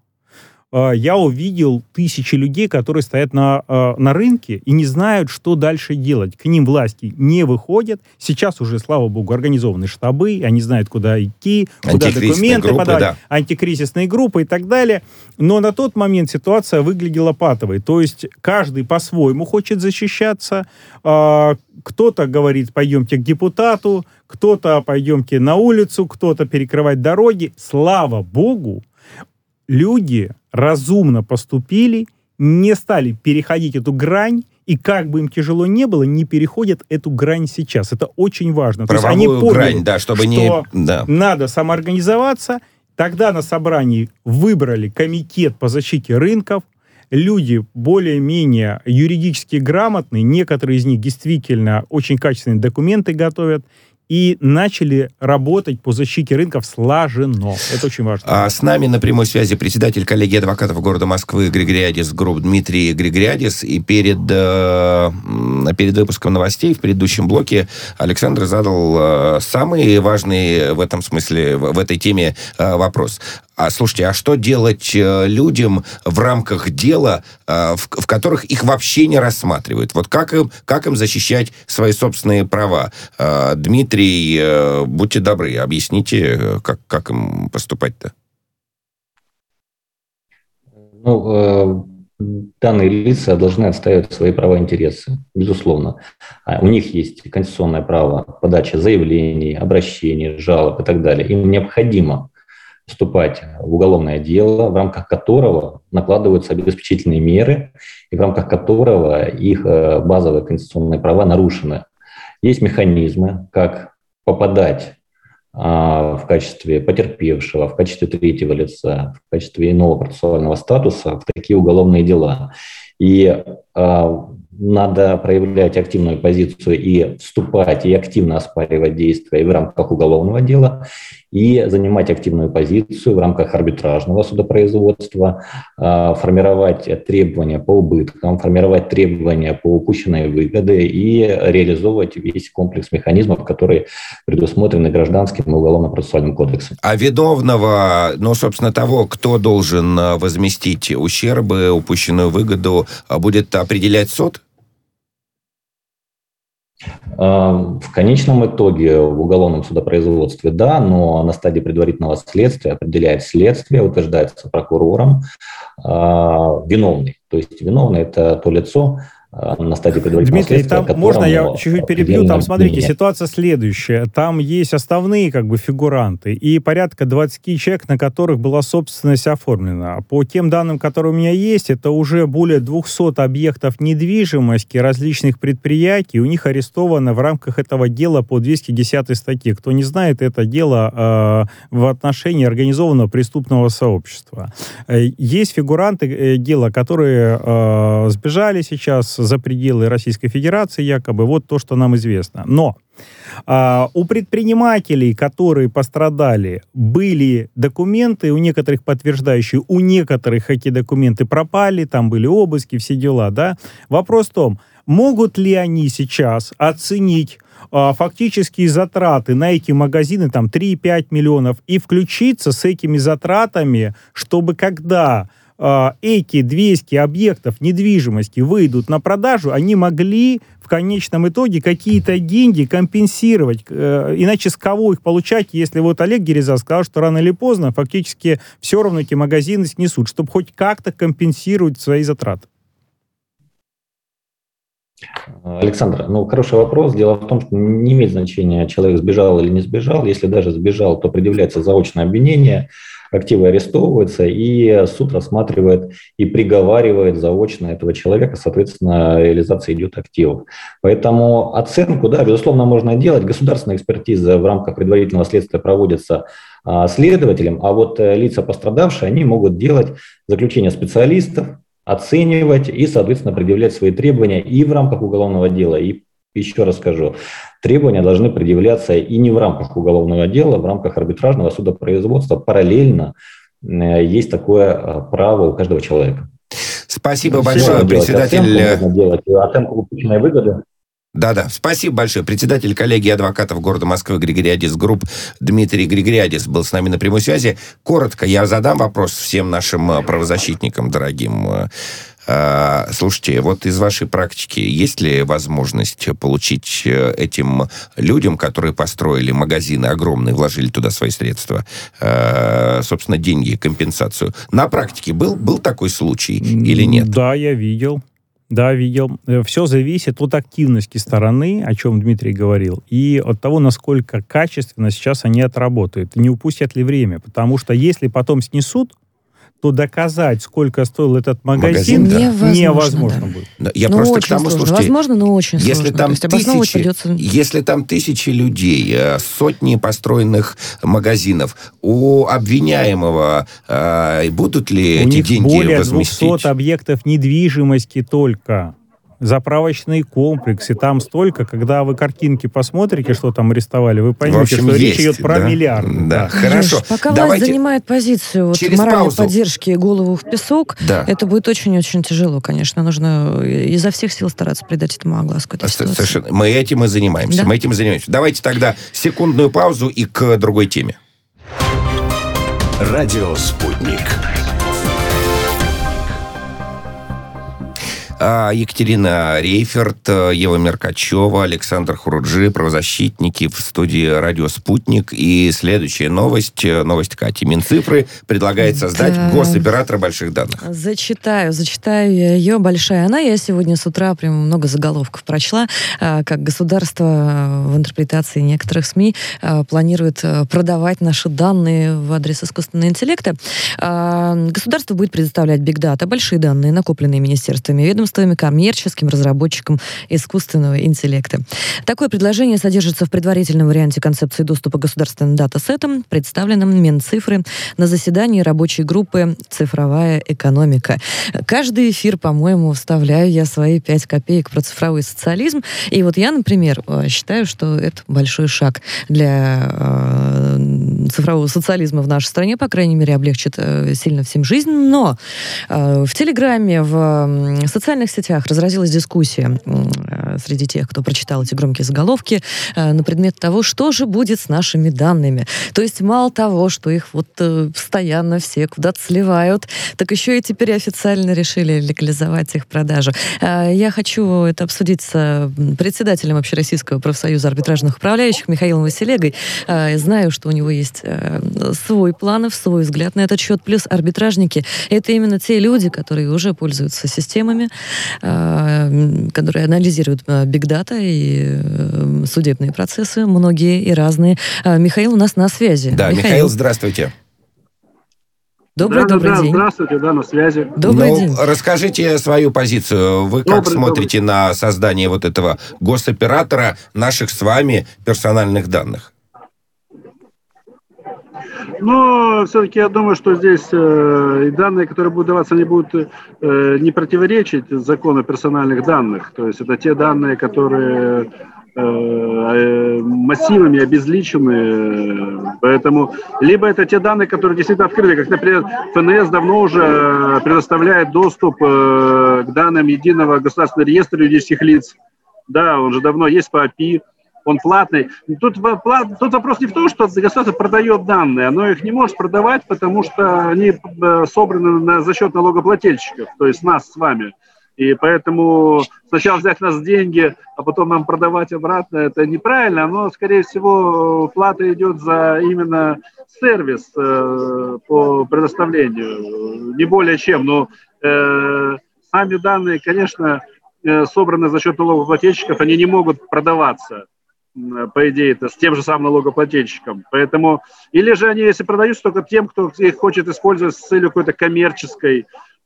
я увидел тысячи людей, которые стоят на, на рынке и не знают, что дальше делать. К ним власти не выходят. Сейчас уже, слава богу, организованы штабы, они знают, куда идти, куда документы группы, подавать, да. антикризисные группы и так далее. Но на тот момент ситуация выглядела патовой. То есть каждый по-своему хочет защищаться. Кто-то говорит, пойдемте к депутату, кто-то пойдемте на улицу, кто-то перекрывать дороги. Слава богу, люди разумно поступили, не стали переходить эту грань, и как бы им тяжело не было, не переходят эту грань сейчас. Это очень важно. Правовую То есть они поняли, грань, да, чтобы что не... Да. надо самоорганизоваться. Тогда на собрании выбрали комитет по защите рынков. Люди более-менее юридически грамотные, некоторые из них действительно очень качественные документы готовят, и начали работать по защите рынков слаженно. Это очень важно. А с нами на прямой связи председатель коллегии адвокатов города Москвы Григориадис Групп Дмитрий Григориадис. И перед, э, перед выпуском новостей в предыдущем блоке Александр задал э, самый важный в этом смысле, в, в этой теме э, вопрос. А слушайте, а что делать э, людям в рамках дела, э, в, в которых их вообще не рассматривают? Вот как им, как им защищать свои собственные права? Э, Дмитрий, э, будьте добры, объясните, как, как им поступать-то? Ну, э, данные лица должны отстаивать свои права и интересы, безусловно. У них есть конституционное право подачи заявлений, обращений, жалоб и так далее. Им необходимо вступать в уголовное дело, в рамках которого накладываются обеспечительные меры, и в рамках которого их базовые конституционные права нарушены. Есть механизмы, как попадать а, в качестве потерпевшего, в качестве третьего лица, в качестве иного процессуального статуса в такие уголовные дела. И а, надо проявлять активную позицию и вступать, и активно оспаривать действия и в рамках уголовного дела, и занимать активную позицию в рамках арбитражного судопроизводства, формировать требования по убыткам, формировать требования по упущенной выгоде и реализовывать весь комплекс механизмов, которые предусмотрены Гражданским и Уголовно-процессуальным кодексом. А виновного, ну, собственно, того, кто должен возместить ущербы, упущенную выгоду, будет определять суд? В конечном итоге в уголовном судопроизводстве да, но на стадии предварительного следствия определяет следствие, утверждается прокурором э, виновный. То есть виновный – это то лицо, на стадии предварительного Дмитрий, следствия. там можно я чуть-чуть перебью? Там, смотрите, ситуация следующая. Там есть основные как бы фигуранты и порядка двадцать человек, на которых была собственность оформлена. По тем данным, которые у меня есть, это уже более двухсот объектов недвижимости различных предприятий. У них арестовано в рамках этого дела по двести десятой статье. Кто не знает, это дело э, в отношении организованного преступного сообщества. Э, есть фигуранты э, дела, которые э, сбежали сейчас за пределы Российской Федерации, якобы. Вот то, что нам известно. Но а, у предпринимателей, которые пострадали, были документы, у некоторых подтверждающие, у некоторых эти документы пропали, там были обыски, все дела, да. Вопрос в том, могут ли они сейчас оценить а, фактические затраты на эти магазины, там, три-пять миллионов, и включиться с этими затратами, чтобы когда эти двести объектов недвижимости выйдут на продажу, они могли в конечном итоге какие-то деньги компенсировать. Иначе с кого их получать, если вот Олег Дереза сказал, что рано или поздно фактически все равно эти магазины снесут, чтобы хоть как-то компенсировать свои затраты? Александр, ну, хороший вопрос. Дело в том, что не имеет значения, человек сбежал или не сбежал. Если даже сбежал, то предъявляется заочное обвинение, активы арестовываются, и суд рассматривает и приговаривает заочно этого человека, соответственно, реализация идет активов. Поэтому оценку, да, безусловно, можно делать. Государственная экспертиза в рамках предварительного следствия проводится а, следователем, а вот а, лица пострадавшие, они могут делать заключение специалистов, оценивать и, соответственно, предъявлять свои требования и в рамках уголовного дела, и еще раз скажу, требования должны предъявляться и не в рамках уголовного дела, в рамках арбитражного судопроизводства. Параллельно есть такое право у каждого человека. Спасибо большое, председатель. Можно делать оценку упущенной выгоды. Да-да, спасибо большое. Председатель коллегии адвокатов города Москвы Григориадис Групп Дмитрий Григориадис был с нами на прямой связи. Коротко я задам вопрос всем нашим правозащитникам дорогим. Слушайте, вот из вашей практики есть ли возможность получить этим людям, которые построили магазины огромные, вложили туда свои средства, собственно, деньги, компенсацию? На практике был, был такой случай или нет? Да, я видел. Да, видел. Все зависит от активности стороны, о чем Дмитрий говорил, и от того, насколько качественно сейчас они отработают. Не упустят ли время. Потому что если потом снесут, то доказать, сколько стоил этот магазин, магазин да. невозможно, невозможно да. будет. Да, я но просто очень к тому, сложно. слушайте, возможно, но очень если сложно. Там тысячи, придется... Если там тысячи людей, сотни построенных магазинов, у обвиняемого э, будут ли у эти них деньги более возместить? двухсот объектов недвижимости только. Заправочные комплексы, там столько, когда вы картинки посмотрите, что там арестовали, вы поймете, общем, что есть, речь идет про да? миллиарды. Да, да. Хорошо. Леш, пока Давайте власть занимает позицию вот, моральной паузу. поддержки и голову в песок, да. это будет очень-очень тяжело, конечно. Нужно изо всех сил стараться придать этому огласку. Совершенно. Мы этим и занимаемся. Да? Мы этим и занимаемся. Давайте тогда секундную паузу и к другой теме. Радио «Спутник». Екатерина Рейферт, Ева Меркачева, Александр Хуруджи, правозащитники в студии «Радио Спутник». И следующая новость, новость Кати. Минцифры предлагает создать да. госоператора больших данных. Зачитаю, зачитаю я ее. Большая она. Я сегодня с утра прям много заголовков прочла, как государство в интерпретации некоторых СМИ планирует продавать наши данные в адрес искусственного интеллекта. Государство будет предоставлять биг-дата, большие данные, накопленные министерствами, ведомствами, коммерческим разработчикам искусственного интеллекта. Такое предложение содержится в предварительном варианте концепции доступа к государственным датасетам, представленном Минцифры на заседании рабочей группы «Цифровая экономика». Каждый эфир, по-моему, вставляю я свои пять копеек про цифровой социализм. И вот я, например, считаю, что это большой шаг для э, цифрового социализма в нашей стране, по крайней мере, облегчит э, сильно всем жизнь. Но э, в Телеграме, в э, социальных сетях разразилась дискуссия э, среди тех, кто прочитал эти громкие заголовки э, на предмет того, что же будет с нашими данными. То есть мало того, что их вот э, постоянно все куда-то сливают, так еще и теперь официально решили легализовать их продажу. Э, я хочу это обсудить с председателем Общероссийского профсоюза арбитражных управляющих Михаилом Василегой. Э, знаю, что у него есть э, свой план, свой взгляд на этот счет. Плюс арбитражники — это именно те люди, которые уже пользуются системами, которые анализируют биг-дата и судебные процессы, многие и разные. Михаил у нас на связи. Да, Михаил, Михаил здравствуйте. Добрый, да, добрый да, день. Здравствуйте, да, на связи. Добрый ну, день. Расскажите свою позицию. Вы как добрый, смотрите добрый. на создание вот этого госоператора наших с вами персональных данных? Ну, все-таки я думаю, что здесь э, данные, которые будут даваться, они будут э, не противоречить закону персональных данных. То есть это те данные, которые э, массивами обезличены. Поэтому либо это те данные, которые действительно открыты, как, например, ФНС давно уже предоставляет доступ э, к данным единого государственного реестра юридических лиц. Да, он же давно есть по эй пи ай. Он платный. Тут, тут вопрос не в том, что государство продает данные, оно их не может продавать, потому что они собраны на, за счет налогоплательщиков, то есть нас с вами. И поэтому сначала взять у нас деньги, а потом нам продавать обратно, это неправильно. Но, скорее всего, плата идет за именно сервис э, по предоставлению, не более чем. Но э, сами данные, конечно, э, собраны за счет налогоплательщиков, они не могут продаваться. По идее, это с тем же самым налогоплательщиком. Поэтому, или же они, если продаются, только тем, кто их хочет использовать с целью какой-то коммерческой,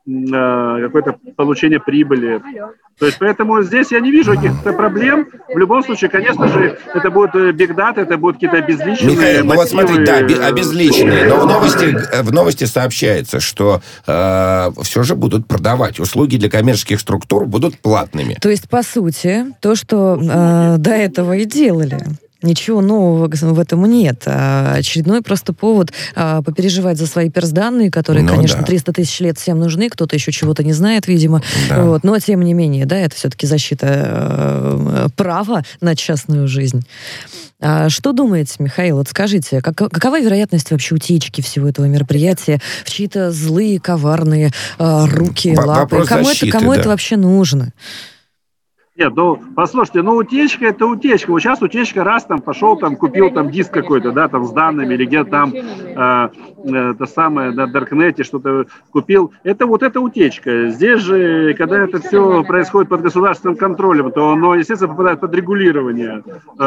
э, какое-то получение прибыли. То есть, поэтому здесь я не вижу каких-то проблем. В любом случае, конечно же, это будут биг дата, это будут какие-то обезличенные Михаил, ну мотивы. вот смотри, да, обезличенные. Но в новости, в новости сообщается, что э, все же будут продавать. Услуги для коммерческих структур будут платными. То есть, по сути, то, что э, до этого и делали. Ничего нового в этом нет. А очередной просто повод а, попереживать за свои персданные, которые, ну, конечно, да. триста тысяч лет всем нужны, кто-то еще чего-то не знает, видимо. Да. Вот. Но, тем не менее, да, это все-таки защита э, права на частную жизнь. А что думаете, Михаил? Вот скажите, как, какова вероятность вообще утечки всего этого мероприятия в чьи-то злые, коварные э, руки, В- лапы? Кому, защиты, это, кому да. это вообще нужно? Нет, ну, послушайте, ну, утечка – это утечка. Вот сейчас утечка, раз там пошел, там, купил там диск какой-то, да, там, с данными, или где-то там, э, э, то самое, на Даркнете что-то купил. Это вот эта утечка. Здесь же, когда это все происходит под государственным контролем, то оно, естественно, попадает под регулирование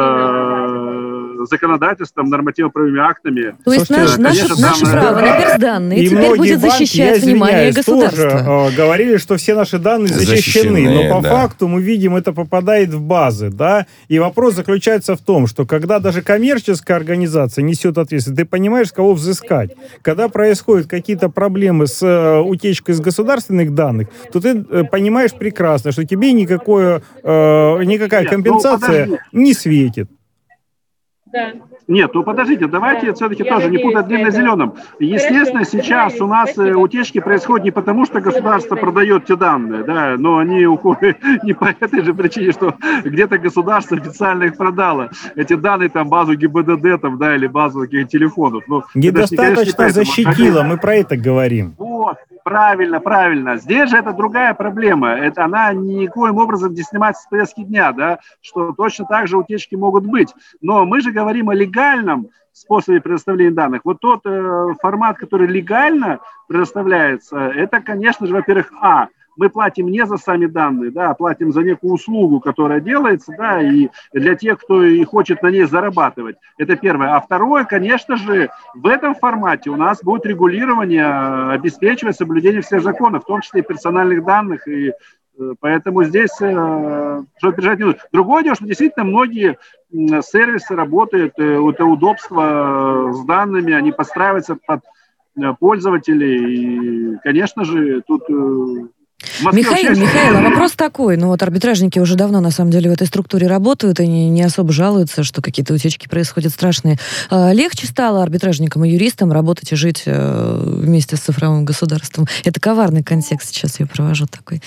э, законодательством, нормативно-правовыми актами. То есть наш, наше, конечно, наше там, право на персданные и теперь будет защищать внимание государства. Тоже, э, говорили, что все наши данные защищены, защищены, но по да. факту мы видим, это попадает в базы, да, и вопрос заключается в том, что когда даже коммерческая организация несет ответственность, ты понимаешь, с кого взыскать. Когда происходят какие-то проблемы с э, утечкой из государственных данных, то ты э, понимаешь прекрасно, что тебе никакое, э, никакая Нет, компенсация ну, не светит. Да. Нет, ну подождите, давайте все-таки тоже не путать длинно зеленым. Естественно, сейчас у нас утечки происходят не потому, что государство продает те данные, да, но они уходят не по этой же причине, что где-то государство официально их продало. Эти данные, там, базу ГИБДД, там, да, или базу каких-то телефонов. Ну, недостаточно защитило, мы про это говорим. Вот, правильно, правильно. Здесь же это другая проблема. Это она никоим образом не снимается с повестки дня, да, что точно так же утечки могут быть. Но мы же говорим о легальном способе предоставления данных. Вот тот э, формат, который легально предоставляется, это, конечно же, во-первых, а, мы платим не за сами данные, да, а платим за некую услугу, которая делается, да, и для тех, кто и хочет на ней зарабатывать. Это первое. А второе, конечно же, в этом формате у нас будет регулирование, обеспечивать соблюдение всех законов, в том числе и персональных данных, и поэтому здесь э, что переживать не нужно. Другое дело, что действительно многие э, сервисы работают, э, это удобство с данными, они подстраиваются под э, пользователей. И, конечно же, тут... Э, Михаил, Михаил, а вопрос такой. Ну вот арбитражники уже давно, на самом деле, в этой структуре работают и не, не особо жалуются, что какие-то утечки происходят страшные. А, легче стало арбитражникам и юристам работать и жить э, вместе с цифровым государством? Это коварный контекст сейчас я провожу такой.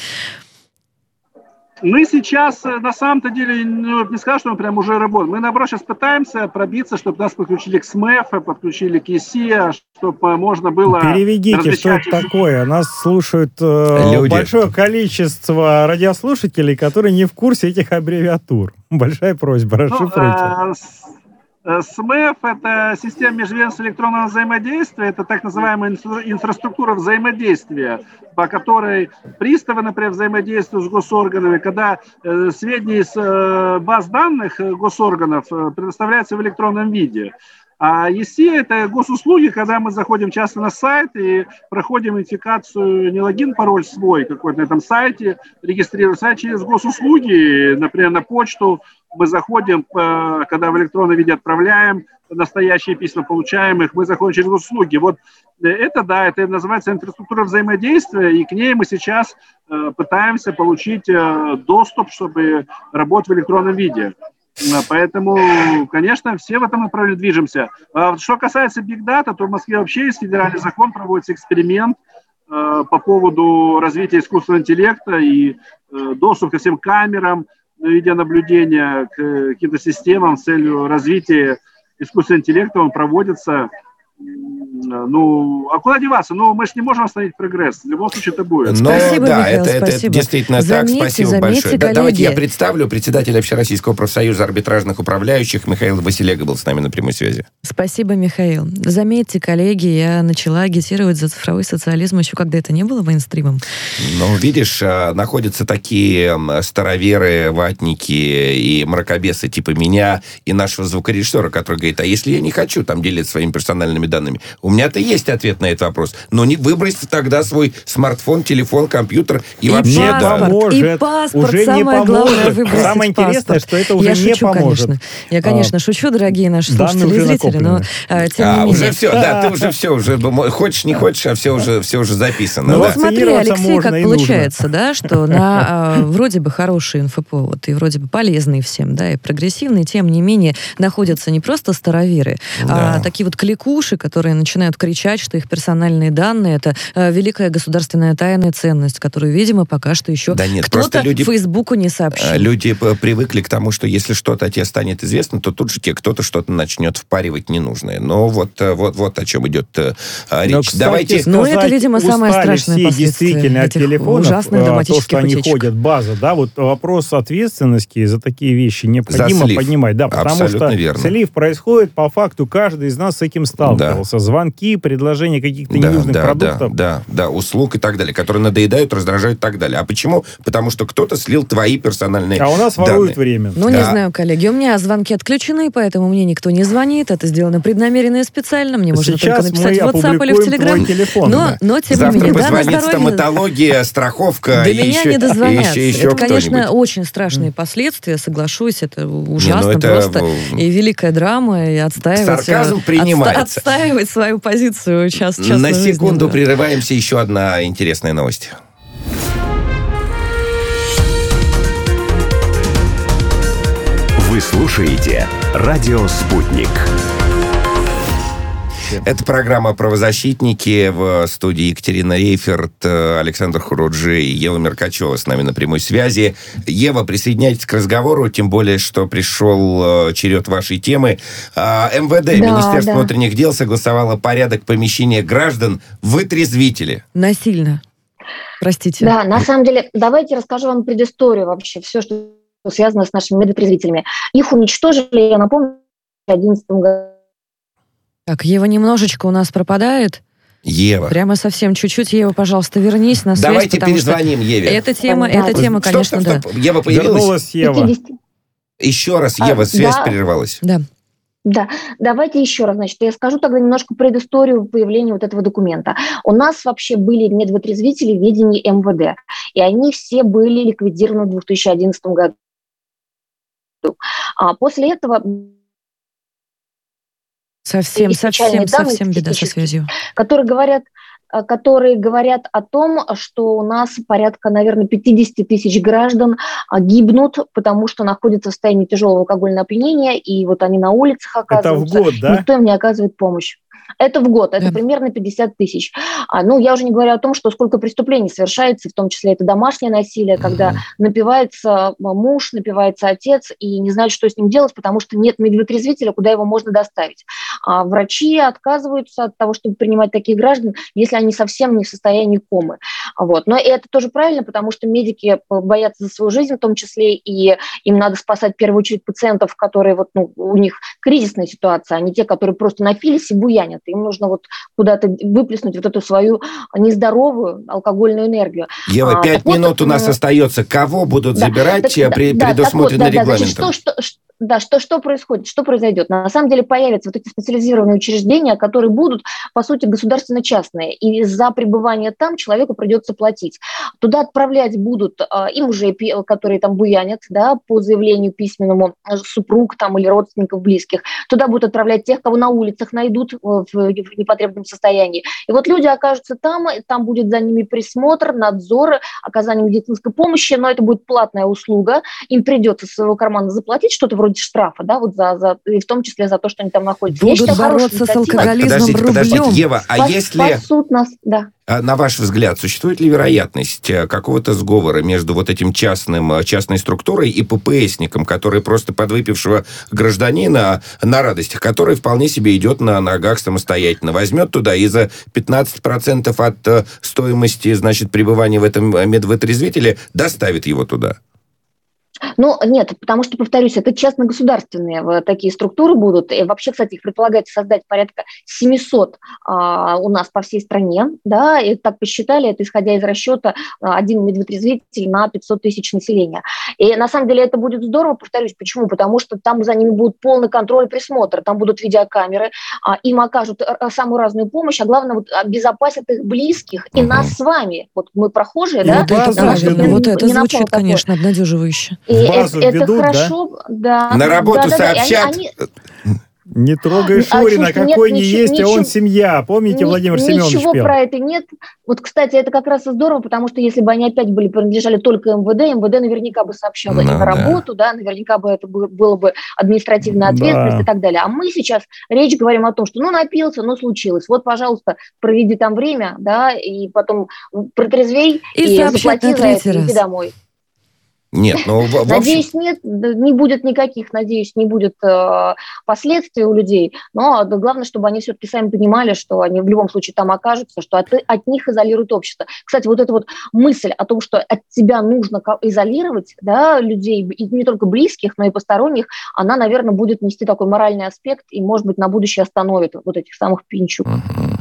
Мы сейчас, на самом-то деле, ну, не скажу, что мы прям уже работаем. Мы, наоборот, сейчас пытаемся пробиться, чтобы нас подключили к СМЭФ, подключили к ЕСИ, чтобы можно было... Переведите, что это такое. Нас слушают э, большое количество радиослушателей, которые не в курсе этих аббревиатур. Большая просьба, расшифруйте. Ну, СМЭФ – это система межведомственного электронного взаимодействия, это так называемая инфраструктура взаимодействия, по которой приставы, например, взаимодействуют с госорганами, когда сведения из баз данных госорганов предоставляются в электронном виде. А и си – это госуслуги, когда мы заходим часто на сайт и проходим идентификацию, не логин, пароль свой какой-то на этом сайте, регистрируемся, а через госуслуги, например, на почту мы заходим, когда в электронном виде отправляем, настоящие письма получаем их, мы заходим через госуслуги. Вот это, да, это называется инфраструктура взаимодействия, и к ней мы сейчас пытаемся получить доступ, чтобы работать в электронном виде. Поэтому, конечно, все в этом направлении движемся. Что касается Big Data, то в Москве вообще есть федеральный закон, проводится эксперимент по поводу развития искусственного интеллекта и доступ ко всем камерам, видеонаблюдения, к каким-то системам с целью развития искусственного интеллекта. Он проводится. Ну, а куда деваться? Ну, мы же не можем остановить прогресс. В любом случае это будет. Но, спасибо, да, Михаил, это, это, это действительно заметьте, так. Спасибо заметьте, большое. Да, давайте я представлю председателя Общероссийского профсоюза арбитражных управляющих Михаил Василега был с нами на прямой связи. Спасибо, Михаил. Заметьте, коллеги, я начала агитировать за цифровой социализм еще когда это не было мейнстримом. Ну, видишь, находятся такие староверы, ватники и мракобесы типа меня и нашего звукорежиссера, который говорит, а если я не хочу там делиться своими персональными данными? У меня-то есть ответ на этот вопрос. Но не выбросьте тогда свой смартфон, телефон, компьютер и, и вообще... Паспорт, да. Поможет. И паспорт, уже самое не главное, выбросить Самое интересное, паспорт. Что это уже я не шучу, поможет. Конечно. Я, конечно, а, шучу, дорогие наши слушатели и зрители, но а, тем а, не менее. Уже все, да, ты уже все, уже хочешь, не хочешь, а все уже, все уже записано. Ну, да. вот смотри, Алексей, как получается, да, что на а, вроде бы хороший инфоповод и вроде бы полезный всем, да, и прогрессивный, тем не менее находятся не просто староверы, да. а такие вот кликуши, которые начинают кричать, что их персональные данные — это э, великая государственная тайная ценность, которую, видимо, пока что еще да нет, кто-то люди, Фейсбуку не сообщил. Люди привыкли к тому, что если что-то о тебе станет известно, то тут же тебе кто-то что-то начнет впаривать ненужное. Но вот, вот, вот о чем идет э, речь. Но, кстати, Давайте ну, это, видимо, самое страшное все действительно от телефонов, ужасных то, что они утечек. ходят, база, да, вот вопрос ответственности за такие вещи необходимо поднимать. Да, потому Абсолютно что верно. Слив происходит по факту, каждый из нас с этим сталкивался. Да. Звонки, предложения каких-то да, ненужных да, продуктов. Да, да, да, услуг и так далее, которые надоедают, раздражают и так далее. А почему? Потому что кто-то слил твои персональные данные. А у нас данные. воруют время. Ну, да. Не знаю, коллеги, у меня звонки отключены, поэтому мне никто не звонит. Это сделано преднамеренно и специально. Мне можно Сейчас только написать в WhatsApp или в Telegram. Телефон, но, да. но, тем Завтра не менее, позвонит да, стоматология, страховка. До меня еще, не дозвонятся. Еще, еще это, конечно, кто-нибудь. Очень страшные последствия, соглашусь. Это ужасно не, ну это... просто. И великая драма, и отстаивать... Сарказм принимается. Отстаивать свою позицию час, час На жизни, секунду да. прерываемся. Еще одна интересная новость. Вы слушаете «Радио Спутник». Это программа «Правозащитники». В студии Екатерина Рейферт, Александр Хуруджи и Ева Меркачева с нами на прямой связи. Ева, присоединяйтесь к разговору, тем более, что пришел черед вашей темы. МВД, да, Министерство да. внутренних дел, согласовало порядок помещения граждан в вытрезвители. Насильно. Простите. Да, на самом деле, давайте расскажу вам предысторию вообще, все, что связано с нашими медотрезвителями. Их уничтожили, я напомню, в две тысячи одиннадцатом году. Так, Ева немножечко у нас пропадает. Ева. Прямо совсем чуть-чуть. Ева, пожалуйста, вернись на связь. Давайте перезвоним Еве. Эта тема, эта тема, конечно, стоп, стоп, да. Ева появилась? Вернулась Ева. пятьдесят Еще раз, Ева, а, связь да. прервалась. Да. Да, давайте еще раз, значит, я скажу тогда немножко предысторию появления вот этого документа. У нас вообще были медвотрезвители в ведении МВД, и они все были ликвидированы в две тысячи одиннадцатом году. А после этого... Совсем, совсем, совсем беда со связью. Которые говорят, которые говорят о том, что у нас порядка, наверное, пятьдесят тысяч граждан гибнут, потому что находятся в состоянии тяжелого алкогольного опьянения, и вот они на улицах оказываются. Это в год, да? Никто им не оказывает помощь. Это в год, это да. примерно пятьдесят тысяч. А, ну, я уже не говорю о том, что сколько преступлений совершается, в том числе это домашнее насилие, mm-hmm. когда напивается муж, напивается отец и не знает, что с ним делать, потому что нет медвотрезвителя, куда его можно доставить. А врачи отказываются от того, чтобы принимать таких граждан, если они совсем не в состоянии комы. Вот. Но это тоже правильно, потому что медики боятся за свою жизнь в том числе, и им надо спасать в первую очередь пациентов, которые вот, ну, у них кризисная ситуация, а не те, которые просто напились и буянят. Им нужно вот куда-то выплеснуть вот эту свою нездоровую алкогольную энергию. Ева, пять а, минут вот, у нас ну, остается. Кого будут да, забирать, так, при, да, предусмотрено вот, да, регламентом? Да, что, что, Да, что, что происходит, что произойдет? На самом деле появятся вот эти специализированные учреждения, которые будут, по сути, государственно-частные, и за пребывание там человеку придется платить. Туда отправлять будут а, и мужей, которые там буянят, да, по заявлению письменному, супруг там или родственников близких. Туда будут отправлять тех, кого на улицах найдут в, в непотребном состоянии. И вот люди окажутся там, там будет за ними присмотр, надзор, оказание медицинской помощи, но это будет платная услуга, им придется из своего кармана заплатить что-то вроде штрафа, да, вот за, за, и в том числе за то, что они там находятся. Будут считаю, бороться с алкоголизмом подождите, рублем. Подождите, Ева, а Пос, если... Спасут нас, да. На ваш взгляд, существует ли вероятность какого-то сговора между вот этим частным, частной структурой и ППСником, который просто подвыпившего гражданина на радостях, который вполне себе идет на ногах самостоятельно, возьмет туда и за пятнадцать процентов от стоимости, значит, пребывания в этом медвытрезвителе доставит его туда? Ну, нет, потому что, повторюсь, это частно-государственные такие структуры будут. И вообще, кстати, их предполагается создать порядка семьсот а, у нас по всей стране. Да, и так посчитали, это исходя из расчета один медвытрезвитель на пятьсот тысяч населения. И на самом деле это будет здорово, повторюсь, почему? Потому что там за ними будет полный контроль и присмотр, там будут видеокамеры, а, им окажут самую разную помощь, а главное, вот, обезопасят их близких и угу. нас с вами. Вот мы прохожие, и да? Вот это, да, не, вот это не звучит, конечно, обнадеживающе. И это, это ведут, хорошо, да? Да. На работу да, сообщат. Они, не трогай Шурина, а, какой не есть, ничего, а он семья. Помните, ни, Владимир Семенович Ничего пел? Про это нет. Вот, кстати, это как раз и здорово, потому что если бы они опять были принадлежали только МВД, МВД наверняка бы сообщало ну, и на работу, да. да, наверняка бы это было бы административная ответственность да. и так далее. А мы сейчас речь говорим о том, что ну напился, ну случилось. Вот, пожалуйста, проведи там время, да, и потом протрезвей и, и заплати за это, иди домой. Нет, ну... В, надеюсь, нет, не будет никаких, надеюсь, не будет э, последствий у людей, но да, главное, чтобы они все-таки сами понимали, что они в любом случае там окажутся, что от, от них изолирует общество. Кстати, вот эта вот мысль о том, что от тебя нужно изолировать, да, людей, и не только близких, но и посторонних, она, наверное, будет нести такой моральный аспект и, может быть, на будущее остановит вот этих самых пьянчук. Uh-huh.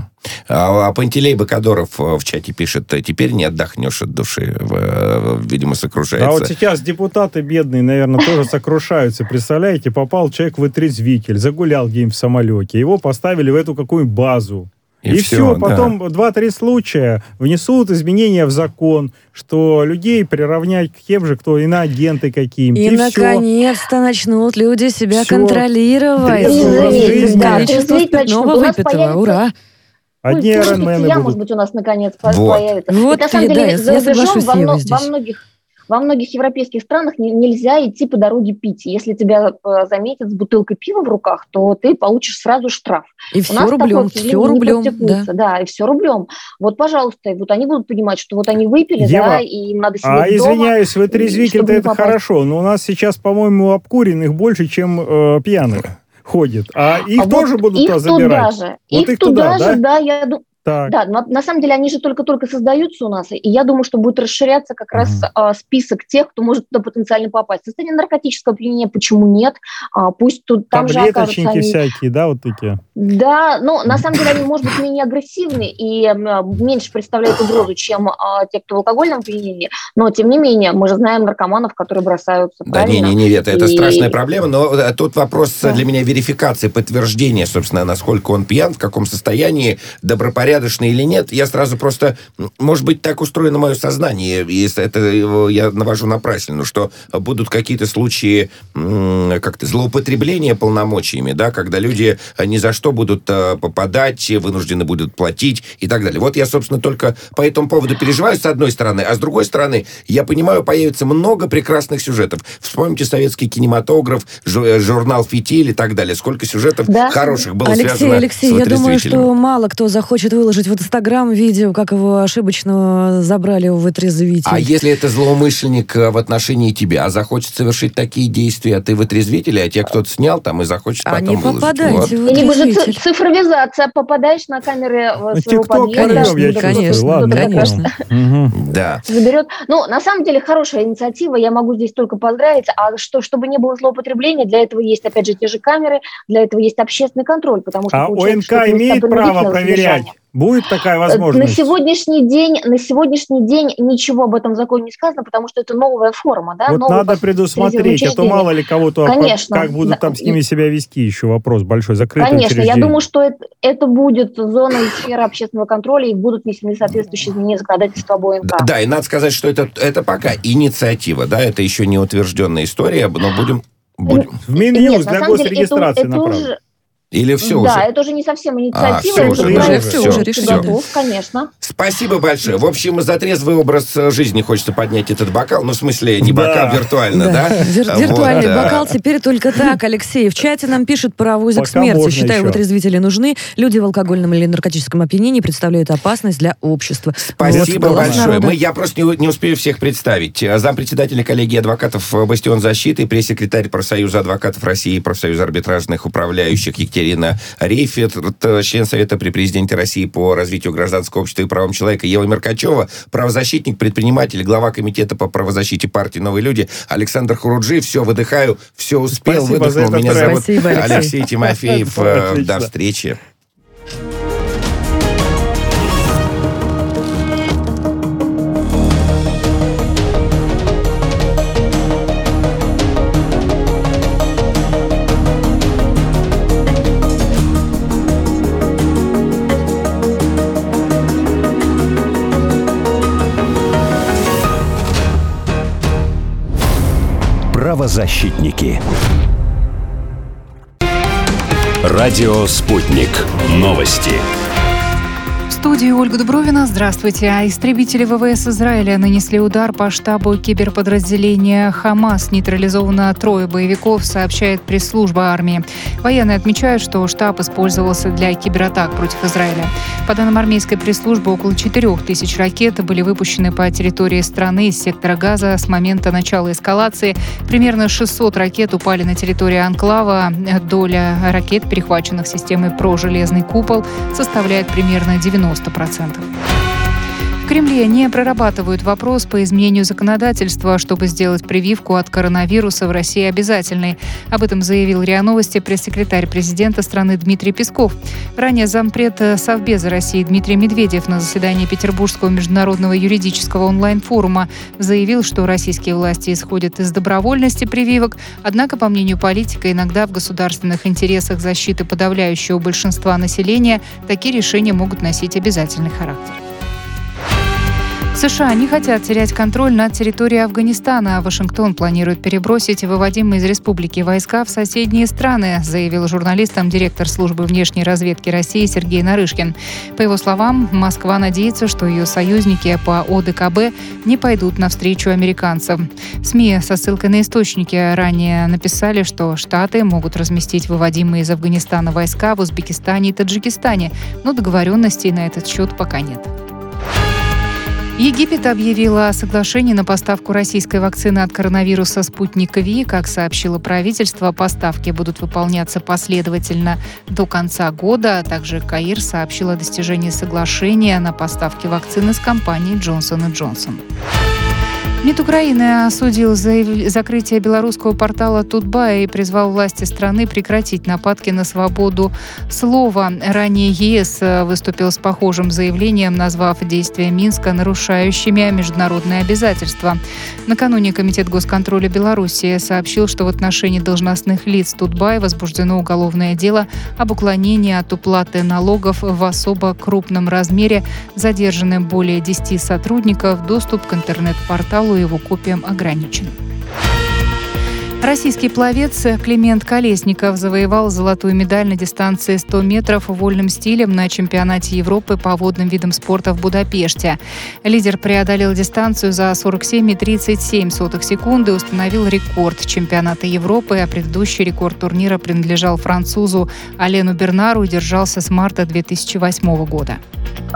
А Пантелей Бакадоров в чате пишет, теперь не отдохнешь от души, видимо, сокрушается. А вот сейчас депутаты бедные, наверное, тоже сокрушаются. Представляете, попал человек в вытрезвитель, загулял где-нибудь в самолете, его поставили в эту какую-нибудь базу. И, и все, все, потом да. два-три случая внесут изменения в закон, что людей приравнять к тем же, кто иноагенты какие-нибудь. И, и наконец-то все. начнут люди себя все. контролировать. Количество спиртного выпитого. Ура! Одни айронмены будут. Может быть, у нас наконец вот. появится. Вот, на самом и, деле, да, за я рубежом во, мно, во, многих, во многих европейских странах не, нельзя идти по дороге пить. Если тебя заметят с бутылкой пива в руках, то ты получишь сразу штраф. И у все нас рублем, такое, все рублем. Да. да, и все рублем. Вот, пожалуйста, вот они будут понимать, что вот они выпили, Ева, да, и им надо сидеть а, дома. извиняюсь, вытрезвитель-то это хорошо, но у нас сейчас, по-моему, обкуренных больше, чем э, пьяных ходит. А их а тоже вот будут их забирать? Туда же. Вот их, их туда, туда, же, да, я думаю. Так. Да, но на самом деле они же только-только создаются у нас, и я думаю, что будет расширяться как раз mm-hmm. а, список тех, кто может туда потенциально попасть. Состояние наркотического опьянения, почему нет? А, пусть тут там же окажутся они... всякие, да, вот такие? Да, но на самом деле они, может быть, менее агрессивны и а, меньше представляют угрозу, чем а, те, кто в алкогольном опьянении, но, тем не менее, мы же знаем наркоманов, которые бросаются, да, правильно? Да, не-не-не, это, и... это страшная проблема, но тут вопрос да. для меня верификации, подтверждения, собственно, насколько он пьян, в каком состоянии, добропорядочный или нет. Я сразу просто, может быть, так устроено мое сознание, если это я навожу напраслину, что будут какие-то случаи как-то злоупотребления полномочиями, да, когда люди ни за что будут попадать, вынуждены будут платить и так далее. Вот я, собственно, только по этому поводу переживаю, с одной стороны, а с другой стороны, я понимаю, появится много прекрасных сюжетов. Вспомните советский кинематограф, журнал «Фитиль» и так далее. Сколько сюжетов да. хороших было Алексей, связано Алексей, с я думаю, что мало кто захочет выложить выложить в Инстаграм видео, как его ошибочно забрали у вытрезвителя. А если это злоумышленник в отношении тебя захочет совершить такие действия, а ты вытрезвитель, а тебя кто-то снял там и захочет а потом не выложить? попадайте Вот. в Либо же цифровизация, попадаешь на камеры Ну, своего TikTok подъезда. порвем, я конечно, чувствую. Ладно, конечно. Мгм. Да. Заберет. Ну, на самом деле, хорошая инициатива, я могу здесь только поздравить. А что, чтобы не было злоупотребления, для этого есть, опять же, те же камеры, для этого есть общественный контроль, потому что А получается, что ОНК это имеет право принудительное проверять? задержание. Будет такая На возможность? сегодняшний день, на сегодняшний день ничего об этом законе не сказано, потому что это новая форма, да? Вот новое надо предусмотреть, а то учреждение. мало ли кого-то, Конечно. как будут Да. там с ними себя вести, еще вопрос большой, закрытое Конечно, я учреждение. думаю, что это, это будет зона и сфера общественного контроля, и будут внесены соответствующие изменения законодательства об ОНК. Да, да, и надо сказать, что это, это пока инициатива, да, это еще не утвержденная история, но будем... будем... В Минюс Нет, на для самом деле, госрегистрации это, это направлено. уже... Или все да, уже? это уже не совсем инициатива, А, всё это уже, проект, да, всё, уже уже решено. готов, конечно. Спасибо большое. В общем, за трезвый образ жизни хочется поднять этот бокал. Ну, в смысле, не Да. бокал, виртуально, да? Вир- Вот, Виртуальный да. бокал теперь только так, Алексей. В чате нам пишет паровозик Пока смерти. можно Считаю, еще. вытрезвители нужны. Люди в алкогольном или наркотическом опьянении представляют опасность для общества. Спасибо Вот, голос большое. народа. Мы, я просто не, не успею всех представить. Зампредседателя коллегии адвокатов «Бастион защиты», пресс-секретарь профсоюза адвокатов России, профсоюза арбитражных управляющих Екатерина Рейферт, член Совета при президенте России по развитию гражданского общества и правам человека Ева Меркачева, правозащитник, предприниматель, глава комитета по правозащите партии «Новые люди» Александр Хуруджи. Все, выдыхаю, все успел, Спасибо за выдохнул. этот Меня трек. зовут Спасибо, Алексей. Алексей Тимофеев. Отлично. До встречи. Правозащитники. Радио «Спутник». Новости. В студии Ольга Дубровина. Здравствуйте. А истребители ВВС Израиля нанесли удар по штабу киберподразделения «Хамас». Нейтрализовано трое боевиков, сообщает пресс-служба армии. Военные отмечают, что штаб использовался для кибератак против Израиля. По данным армейской пресс-службы, около четырех тысяч ракет были выпущены по территории страны из сектора Газа с момента начала эскалации. Примерно шестьсот ракет упали на территории анклава. Доля ракет, перехваченных системой ПРО «Железный купол», составляет примерно девяносто процентов. В Кремле не прорабатывают вопрос по изменению законодательства, чтобы сделать прививку от коронавируса в России обязательной. Об этом заявил РИА Новости пресс-секретарь президента страны Дмитрий Песков. Ранее зампред Совбеза России Дмитрий Медведев на заседании Петербургского международного юридического онлайн-форума заявил, что российские власти исходят из добровольности прививок, однако, по мнению политика, иногда в государственных интересах защиты подавляющего большинства населения такие решения могут носить обязательный характер. США не хотят терять контроль над территорией Афганистана. Вашингтон планирует перебросить выводимые из республики войска в соседние страны, заявил журналистам директор службы внешней разведки России Сергей Нарышкин. По его словам, Москва надеется, что ее союзники по ОДКБ не пойдут навстречу американцам. СМИ со ссылкой на источники ранее написали, что Штаты могут разместить выводимые из Афганистана войска в Узбекистане и Таджикистане, но договоренностей на этот счет пока нет. Египет объявила о соглашении на поставку российской вакцины от коронавируса «Спутник Ви». Как сообщило правительство, поставки будут выполняться последовательно до конца года. А также Каир сообщил о достижении соглашения на поставки вакцины с компанией Джонсон энд Джонсон. МИД Украины осудил заяв... закрытие белорусского портала Тутбай и призвал власти страны прекратить нападки на свободу слова. Ранее ЕС выступил с похожим заявлением, назвав действия Минска нарушающими международные обязательства. Накануне Комитет госконтроля Беларуси сообщил, что в отношении должностных лиц Тутбай возбуждено уголовное дело об уклонении от уплаты налогов в особо крупном размере. Задержаны более десяти сотрудников. Доступ к интернет-порталу и его копиям ограничен. Российский пловец Климент Колесников завоевал золотую медаль на дистанции сто метров вольным стилем на чемпионате Европы по водным видам спорта в Будапеште. Лидер преодолел дистанцию за сорок семь и тридцать семь сотых секунды и установил рекорд чемпионата Европы, а предыдущий рекорд турнира принадлежал французу Алену Бернару и держался с марта две тысячи восьмого года.